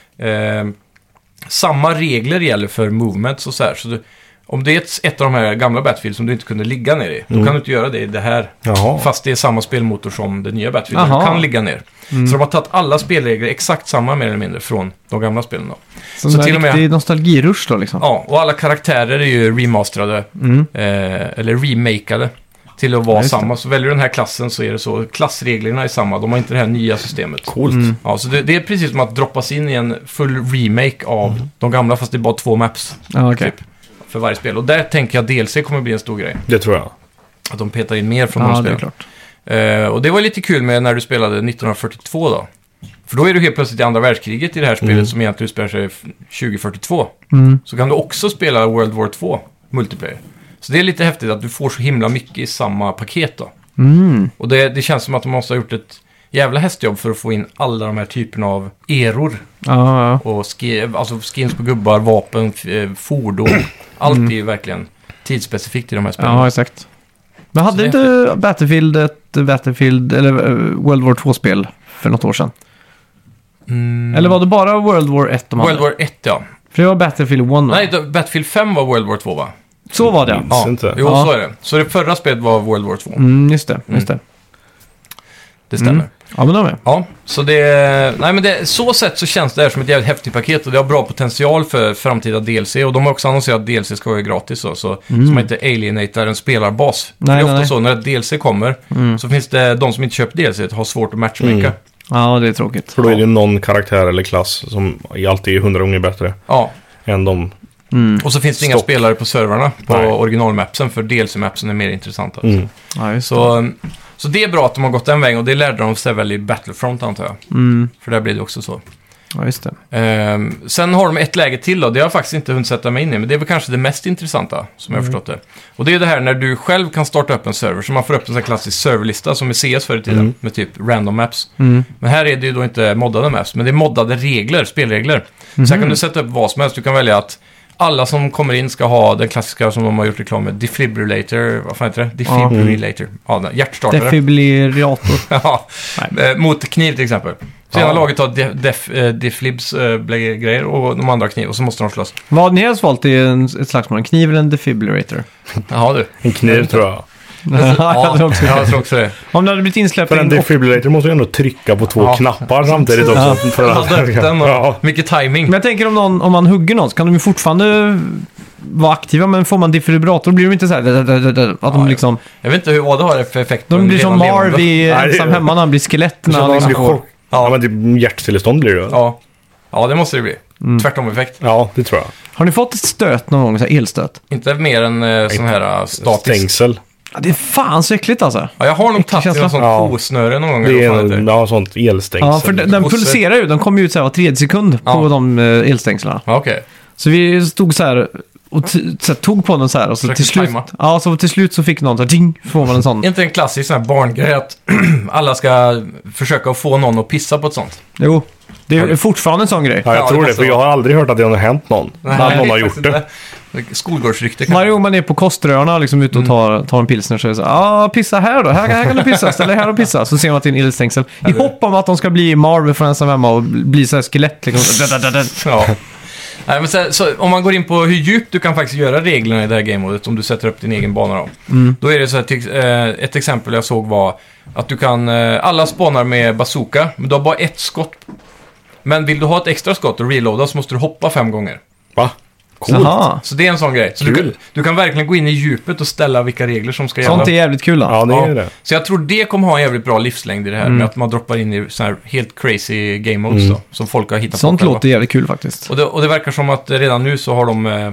Samma regler gäller för movements och så här. Så om det är ett av de här gamla Battlefield som du inte kunde ligga ner i, då kan du inte göra det i det här. Jaha. Fast det är samma spelmotor som det nya Battlefield. Du kan ligga ner. Så de har tagit alla spelregler exakt samma mer eller mindre från de gamla spelen då. Så till och med riktig nostalgirush då liksom. Ja, och alla karaktärer är ju remasterade eller remakade till att vara samma. Så väljer du den här klassen så är det så. Klassreglerna är samma, de har inte det här nya systemet. Coolt. Ja, så det är precis som att droppas in i en full remake av de gamla, fast det är bara 2 maps. Typ, för varje spel. Och där tänker jag DLC kommer bli en stor grej. Det tror jag. Att de petar in mer från de spelen. Det är klart. Och det var lite kul med när du spelade 1942 då. För då är du helt plötsligt i andra världskriget i det här spelet som egentligen utspelar sig 2042. Så kan du också spela World War 2 multiplayer. Så det är lite häftigt att du får så himla mycket i samma paket då. Och det känns som att de måste ha gjort ett jävla hästjobb för att få in alla de här typerna av eror. Och alltså skins på gubbar, vapen, fordon. Allt är ju verkligen tidsspecifikt i de här spelen. Ja, exakt. Men hade inte Battlefield ett Battlefield eller World War 2-spel för något år sedan? Eller var det bara World War 1 de hade? World War 1, ja. För det var Battlefield 1 va? Nej, Battlefield 5 var World War 2 va? Så var det, ja. Jo, så är det. Så det förra spelet var World War 2. Just det. Det stämmer. Ja, men de är. Ja, så så sätt så känns det här som ett jävligt häftigt paket och det har bra potential för framtida DLC och de har också annonserat att DLC ska vara gratis så man inte alienatar en spelarbas. Det är ofta så när ett DLC kommer så finns det de som inte köpt DLC har svårt att matchmaka. Ja, det är tråkigt. För då är det någon karaktär eller klass som alltid är 100 gånger bättre än de. Och så finns det inga spelare på servrarna på originalmapsen för DLC-mapsen är mer intressant. Alltså. Ja, just det. Så det är bra att de har gått den vägen och det lärde de sig väl i Battlefront antar jag. För där blir det också så. Ja, just det. Sen har de ett läge till då. Det har jag faktiskt inte hunnit sätta mig in i. Men det är väl kanske det mest intressanta som jag har förstått det. Och det är det här när du själv kan starta upp en server. Så man får upp en sån här klassisk serverlista som är CS förr i tiden. Med typ random maps. Men här är det ju då inte moddade maps. Men det är moddade regler, spelregler. Så här kan du sätta upp vad som helst. Du kan välja att alla som kommer in ska ha den klassiska som de har gjort reklam med. Defibrillator, vad fan heter det? Defibrillator. Ja, hjärtstartare. Defibrillator. Ja, mot kniv till exempel. Så ena laget har deflibs grejer och de andra kniv och så måste de slåss. Vad ni har valt är ett slagsmål, en kniv eller en defibrillator? Jaha du. En kniv tror jag. Jag tror också det. Om det hade blivit insläppt för en defibrillator måste ju ändå trycka på 2 knappar samtidigt också. Mycket timing. Men jag tänker om man hugger någon så kan de ju fortfarande vara aktiva, men får man defibrillator blir de inte så här att de liksom... Jag vet inte vad det har för effekt. De blir som Marv i ensam hemma när han blir skelett. När han liksom får... Ja, men det hjärtstillestånd blir det ju. Ja, det måste det bli. Tvärtom-effekt. Ja, det tror jag. Har ni fått ett stöt någon gång, så här elstöt? Inte mer än sån här statisk. Stängsel. Ja, det är fan så äckligt alltså. Ja, jag har nog tagit en sån kosnöre någon gång. Det är sånt elstängsel. Ja, för den pulserar ju. Den kommer ju ut så här var 3 sekund på de elstängslarna. Ja, okej. Så vi stod så här och tog på den så här. Och så till slut så fick någon så här, ding, får man en sån. Inte en klassisk sån här barngrej att alla ska försöka få någon att pissa på ett sånt. Jo, det är fortfarande en sån grej. Ja, jag tror det, för jag har aldrig hört att det har hänt någon. När någon har gjort det. Skolgårdsrykte. Varje gång man är på koströarna liksom ute och tar en pilsner så är det så här, pissa här då, här kan du pissa, ställ dig här och pissa. Så ser man att det är en elstängsel. I hopp om att de ska bli Marvel från ensam hemma och bli så här skelett liksom. Ja. Nej, men så, om man går in på hur djupt du kan faktiskt göra reglerna i det här game-modet, om du sätter upp din egen bana då. Då är det så här, ett exempel jag såg var att du kan, alla spånar med bazooka, men du har bara ett skott. Men vill du ha ett extra skott och reloada så måste du hoppa 5 gånger. Va? Coolt. Så det är en sån grej. Så du kan verkligen gå in i djupet och ställa vilka regler som ska gälla. Sånt är jävligt kul då. Ja, det är det. Så jag tror det kommer ha en jävligt bra livslängd i det här med att man droppar in i så här helt crazy game modes då, som folk har hittat sånt på. Sånt låter jävligt kul faktiskt. Och det verkar som att redan nu så har de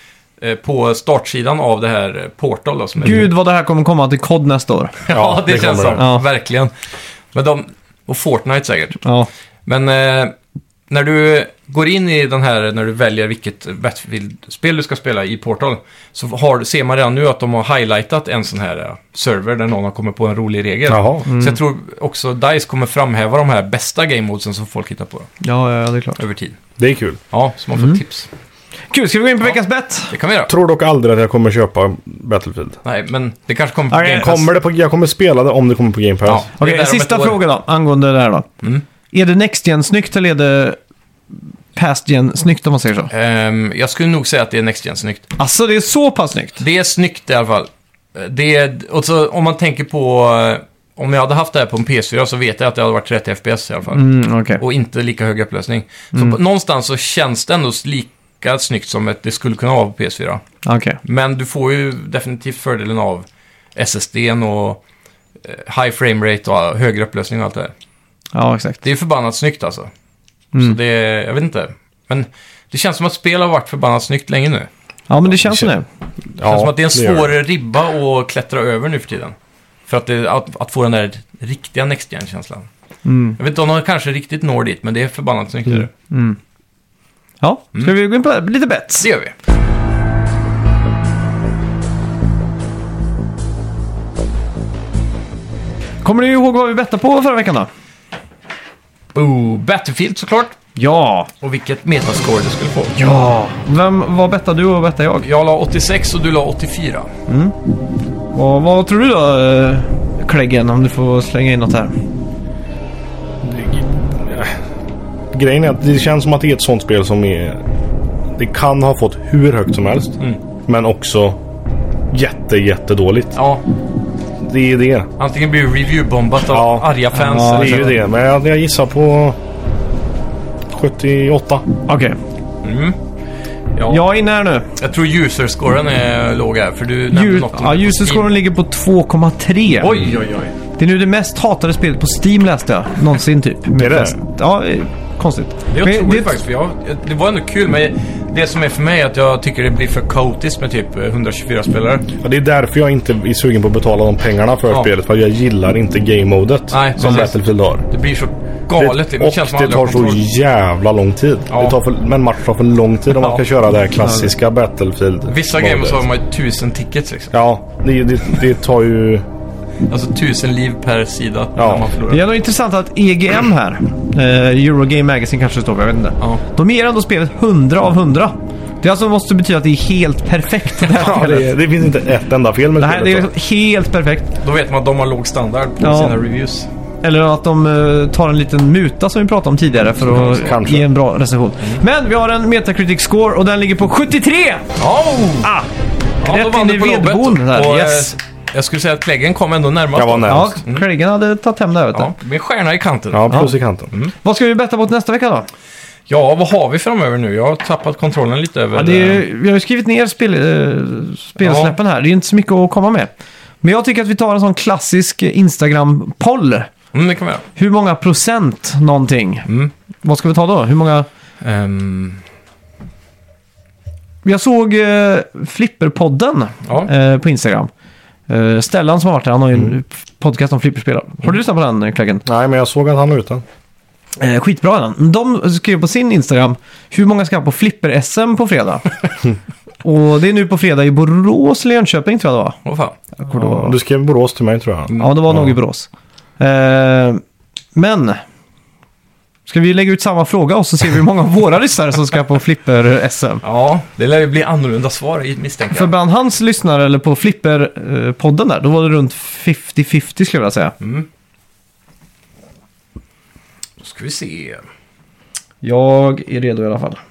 på startsidan av det här Portal då, som Gud vad det här kommer komma till COD nästa år. Ja, det känns som. Verkligen. Men och Fortnite säkert. Ja. Men när du går in i den här, när du väljer vilket Battlefield-spel du ska spela i Portal, så ser man redan nu att de har highlightat en sån här server där någon har kommit på en rolig regel. Så jag tror också DICE kommer framhäva de här bästa game-modesen som folk hittar på. Ja, det är klart. Över tid. Det är kul. Ja, så man får tips. Kul, ska vi gå in på veckans bett? Det kan vi göra. Tror dock aldrig att jag kommer köpa Battlefield. Nej, men det kanske kommer på Game Pass. Jag kommer spela det om det kommer på Game Pass. Ja, Okej, sista fråga då, angående det här då. Är det Next Gen snyggt eller är det Past Gen snyggt om man säger så? Jag skulle nog säga att det är Next Gen snyggt. Alltså det är så pass snyggt? Det är snyggt i alla fall. Och så, om man tänker på... Om jag hade haft det här på en PS4 så vet jag att det hade varit 30 FPS i alla fall. Okay. Och inte lika hög upplösning. Så någonstans så känns det ändå lika snyggt som det skulle kunna vara på PS4. Okay. Men du får ju definitivt fördelen av SSD:n och high frame rate och högre upplösning och allt det där. Ja, exakt. Det är förbannat snyggt alltså. Så det, jag vet inte. Men det känns som att spel har varit förbannat snyggt länge nu. Ja, men det känns som det. Det känns som att det är en svår ribba att klättra över nu för tiden. För att få den där riktiga Next Gen-känslan. Jag vet inte om de kanske riktigt når dit, men det är förbannat snyggt. Ja, ska vi gå in på lite bets? Det gör vi. Kommer du ihåg vad vi bettade på förra veckan då? Battlefield såklart. Ja. Och vilket metascore du skulle få. Ja. Vad bettade du och vad bettade jag? Jag la 86 och du la 84. Och vad tror du då, Kläggen, om du får slänga in något här? Grejen är att det känns som att det är ett sånt spel som är... Det kan ha fått hur högt som helst. Men också jättedåligt. Ja. Det är det. Antingen blir review-bombat av arga fans. Ja, det är ju det. Men jag gissar på 78. Okej. Ja. Jag är inne här nu. Jag tror user-scoren är låg här. För du nämnde något om user-scoren ligger på 2,3. Oj. Det är nu det mest hatade spelet på Steam, läste jag. Någonsin typ. Är det? Ja, konstigt. Det är otroligt faktiskt. För det var ändå kul, men det som är för mig är att jag tycker det blir för kaotiskt med typ 124 spelare. Ja, det är därför jag inte är sugen på att betala de pengarna för spelet. För jag gillar inte game-modet som Battlefield har. Det blir så galet. Det tar så jävla lång tid. Ja. Men match tar för lång tid om man ska köra det här klassiska Battlefield. Vissa games har man ju 1000 tickets liksom. Ja, det tar ju... Alltså 1000 liv per sida när man förlorar. Det är nog intressant att EGM här, Eurogame Magazine kanske står för, jag vet inte. Ja. De ger ändå spelet 100 av 100. Det alltså måste betyda att det är helt perfekt. Det finns inte ett enda fel med spelet. Det är helt perfekt. Då vet man att de har låg standard på sina reviews. Eller att de tar en liten muta som vi pratade om tidigare för att ge en bra recension. Men vi har en Metacritic score och den ligger på 73! Rätt in i vedbon där. Yes. Jag skulle säga att Kleggen kom ändå närmast. Jag var närmast. Ja, Kleggen hade tagit hem det. Ja, med stjärna i kanten. Ja, plus i kanten. Vad ska vi betta på nästa vecka då? Ja, vad har vi framöver nu? Jag har tappat kontrollen lite över... vi har ju skrivit ner spelsläppen här. Det är inte så mycket att komma med. Men jag tycker att vi tar en sån klassisk Instagram-poll. Det kan vi göra. Hur många procent någonting? Vad ska vi ta då? Hur många... Jag såg Flipperpodden på Instagram. Stellan som har varit där, han har ju en podcast om flipperspel. Har du lyssnat på den, Kleggen? Nej, men jag såg att han var ute. Skitbra den. De skrev på sin Instagram hur många ska på Flipper-SM på fredag. Och det är nu på fredag i Borås eller Jönköping tror jag det var. Fan. Du skrev Borås till mig tror jag. Ja, det var nog i Borås. Men ska vi lägga ut samma fråga och så ser vi hur många av våra lyssnare som ska på Flipper-SM. Ja, det lär ju bli annorlunda svar misstänker jag. För bland hans lyssnare eller på Flipper-podden där, då var det runt 50-50 skulle jag säga. Då ska vi se. Jag är redo i alla fall.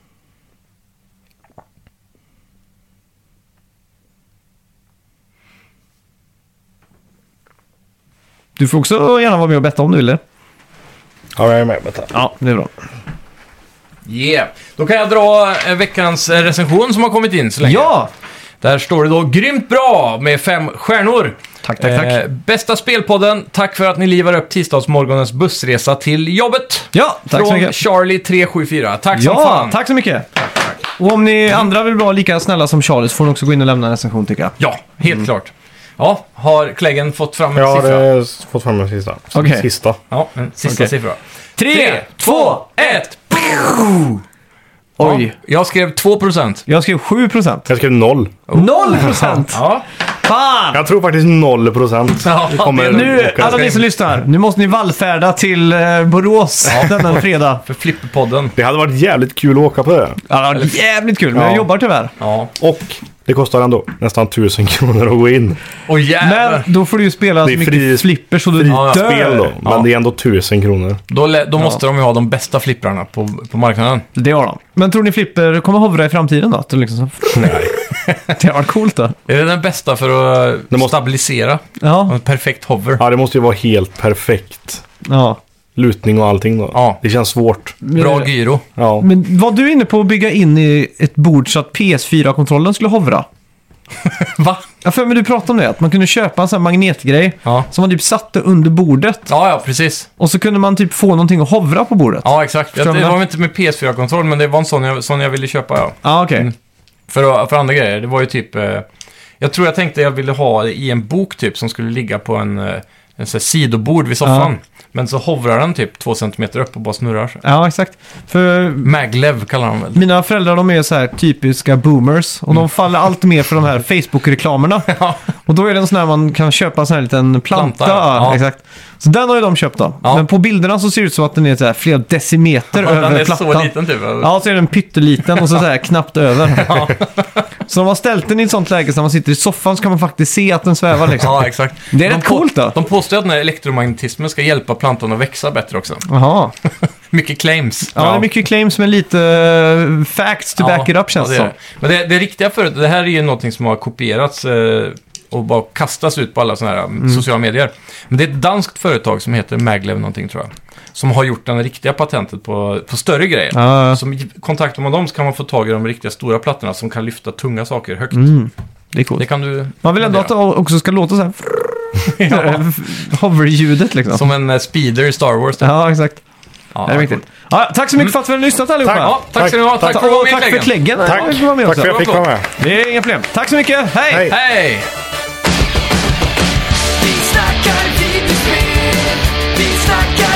Du får också gärna vara med och betta om du vill det. Ja, jag är med. Ja, det är bra. Yeah. Då kan jag dra veckans recension som har kommit in så länge. Ja! Där står det då grymt bra med 5 stjärnor. Tack. Bästa spelpodden. Tack för att ni livar upp tisdagsmorgonens bussresa till jobbet. Ja, tack så mycket. Från Charlie374. Tack som fan. Tack så mycket. Tack. Och om ni andra vill vara lika snälla som Charlie så får ni också gå in och lämna en recension tycker jag. Ja, helt klart. Ja, har Kleggen fått fram en siffra? Ja, det har fått fram en sista. Okay. Sista. Ja, en sista siffra. 3, 2, 1. Oj. Jag skrev 2%. Jag skrev 7%. Jag skrev 0. 0%? Ja. Fan! Jag tror faktiskt 0%. Ja, Nu, alla ni som lyssnar, nu måste ni vallfärda till Borås denna fredag. För Flipperpodden. Det hade varit jävligt kul att åka på det. Ja, det var jävligt kul, men jag jobbar tyvärr. Ja. Och det kostar ändå nästan 1000 kronor att gå in. Men då får du ju spela så mycket flipper så du dör. Spel då, men det är ändå 1000 kronor. Då måste de ju ha de bästa flipprarna på marknaden. Det har de. Men tror ni flipper kommer hovra i framtiden då? Till liksom så... Nej. Det har varit coolt då. Är det den bästa för att stabilisera? Ja. En perfekt hover. Ja, det måste ju vara helt perfekt. Ja. Lutning och allting då. Ja. Det känns svårt. Bra gyro. Ja. Men var du inne på att bygga in i ett bord så att PS4-kontrollen skulle hovra? Va? Ja, för men du pratade om det. Att man kunde köpa en sån här magnetgrej som man typ satte under bordet. Ja, precis. Och så kunde man typ få någonting att hovra på bordet. Ja, exakt. Det var väl inte med PS4-kontroll, men det var en sån jag ville köpa, ja. Ja, okej. För andra grejer, det var ju typ... jag tror jag tänkte jag ville ha det i en bok typ som skulle ligga på en sån här sidobord vid soffan. Men så hovrar den typ 2 centimeter upp och bara snurrar. Ja, exakt. För Maglev kallar de väl. mina föräldrar, de är så här typiska boomers. Och de faller allt mer för de här Facebook-reklamerna. Och då är det en sån här man kan köpa en sån här liten planta. Ja. Exakt. Så den har ju de köpt då. Ja. Men på bilderna så ser det ut som att den är så här flera decimeter över den är plattan. så liten typ. Ja, så är den pytteliten och så här knappt över. Så de har ställt den i ett sånt läge så när man sitter i soffan så kan man faktiskt se att den svävar liksom. Ja, exakt. Det är rätt coolt då. De påstår att den här elektromagnetismen ska hjälpa plantan att växa bättre också. Jaha. Mycket claims. Ja, det är mycket claims men lite facts to back it up känns det som. Men det riktiga förut, det här är ju någonting som har kopierats och bara kastas ut på alla sådana här sociala medier. Men det är ett danskt företag som heter Maglev någonting tror jag. Som har gjort den riktiga patentet på större grejer. Som kontaktar man dem så kan man få tag i de riktiga stora plattorna som kan lyfta tunga saker högt. Det är coolt. Det kan du... Man vill ändå att det också ska låta så här hover-ljudet liksom. Som en speeder i Star Wars. Ja, exakt. Ja, det är viktigt. Ja, tack så mycket för att vi har lyssnat allihopa. Ja, tack ska ni ha. Tack för att du var med, tack för Kleggen. Tack för att jag fick vara med. Det är inga problem. Tack så mycket. Hej! Hej! Vi snackar videospel, vi snackar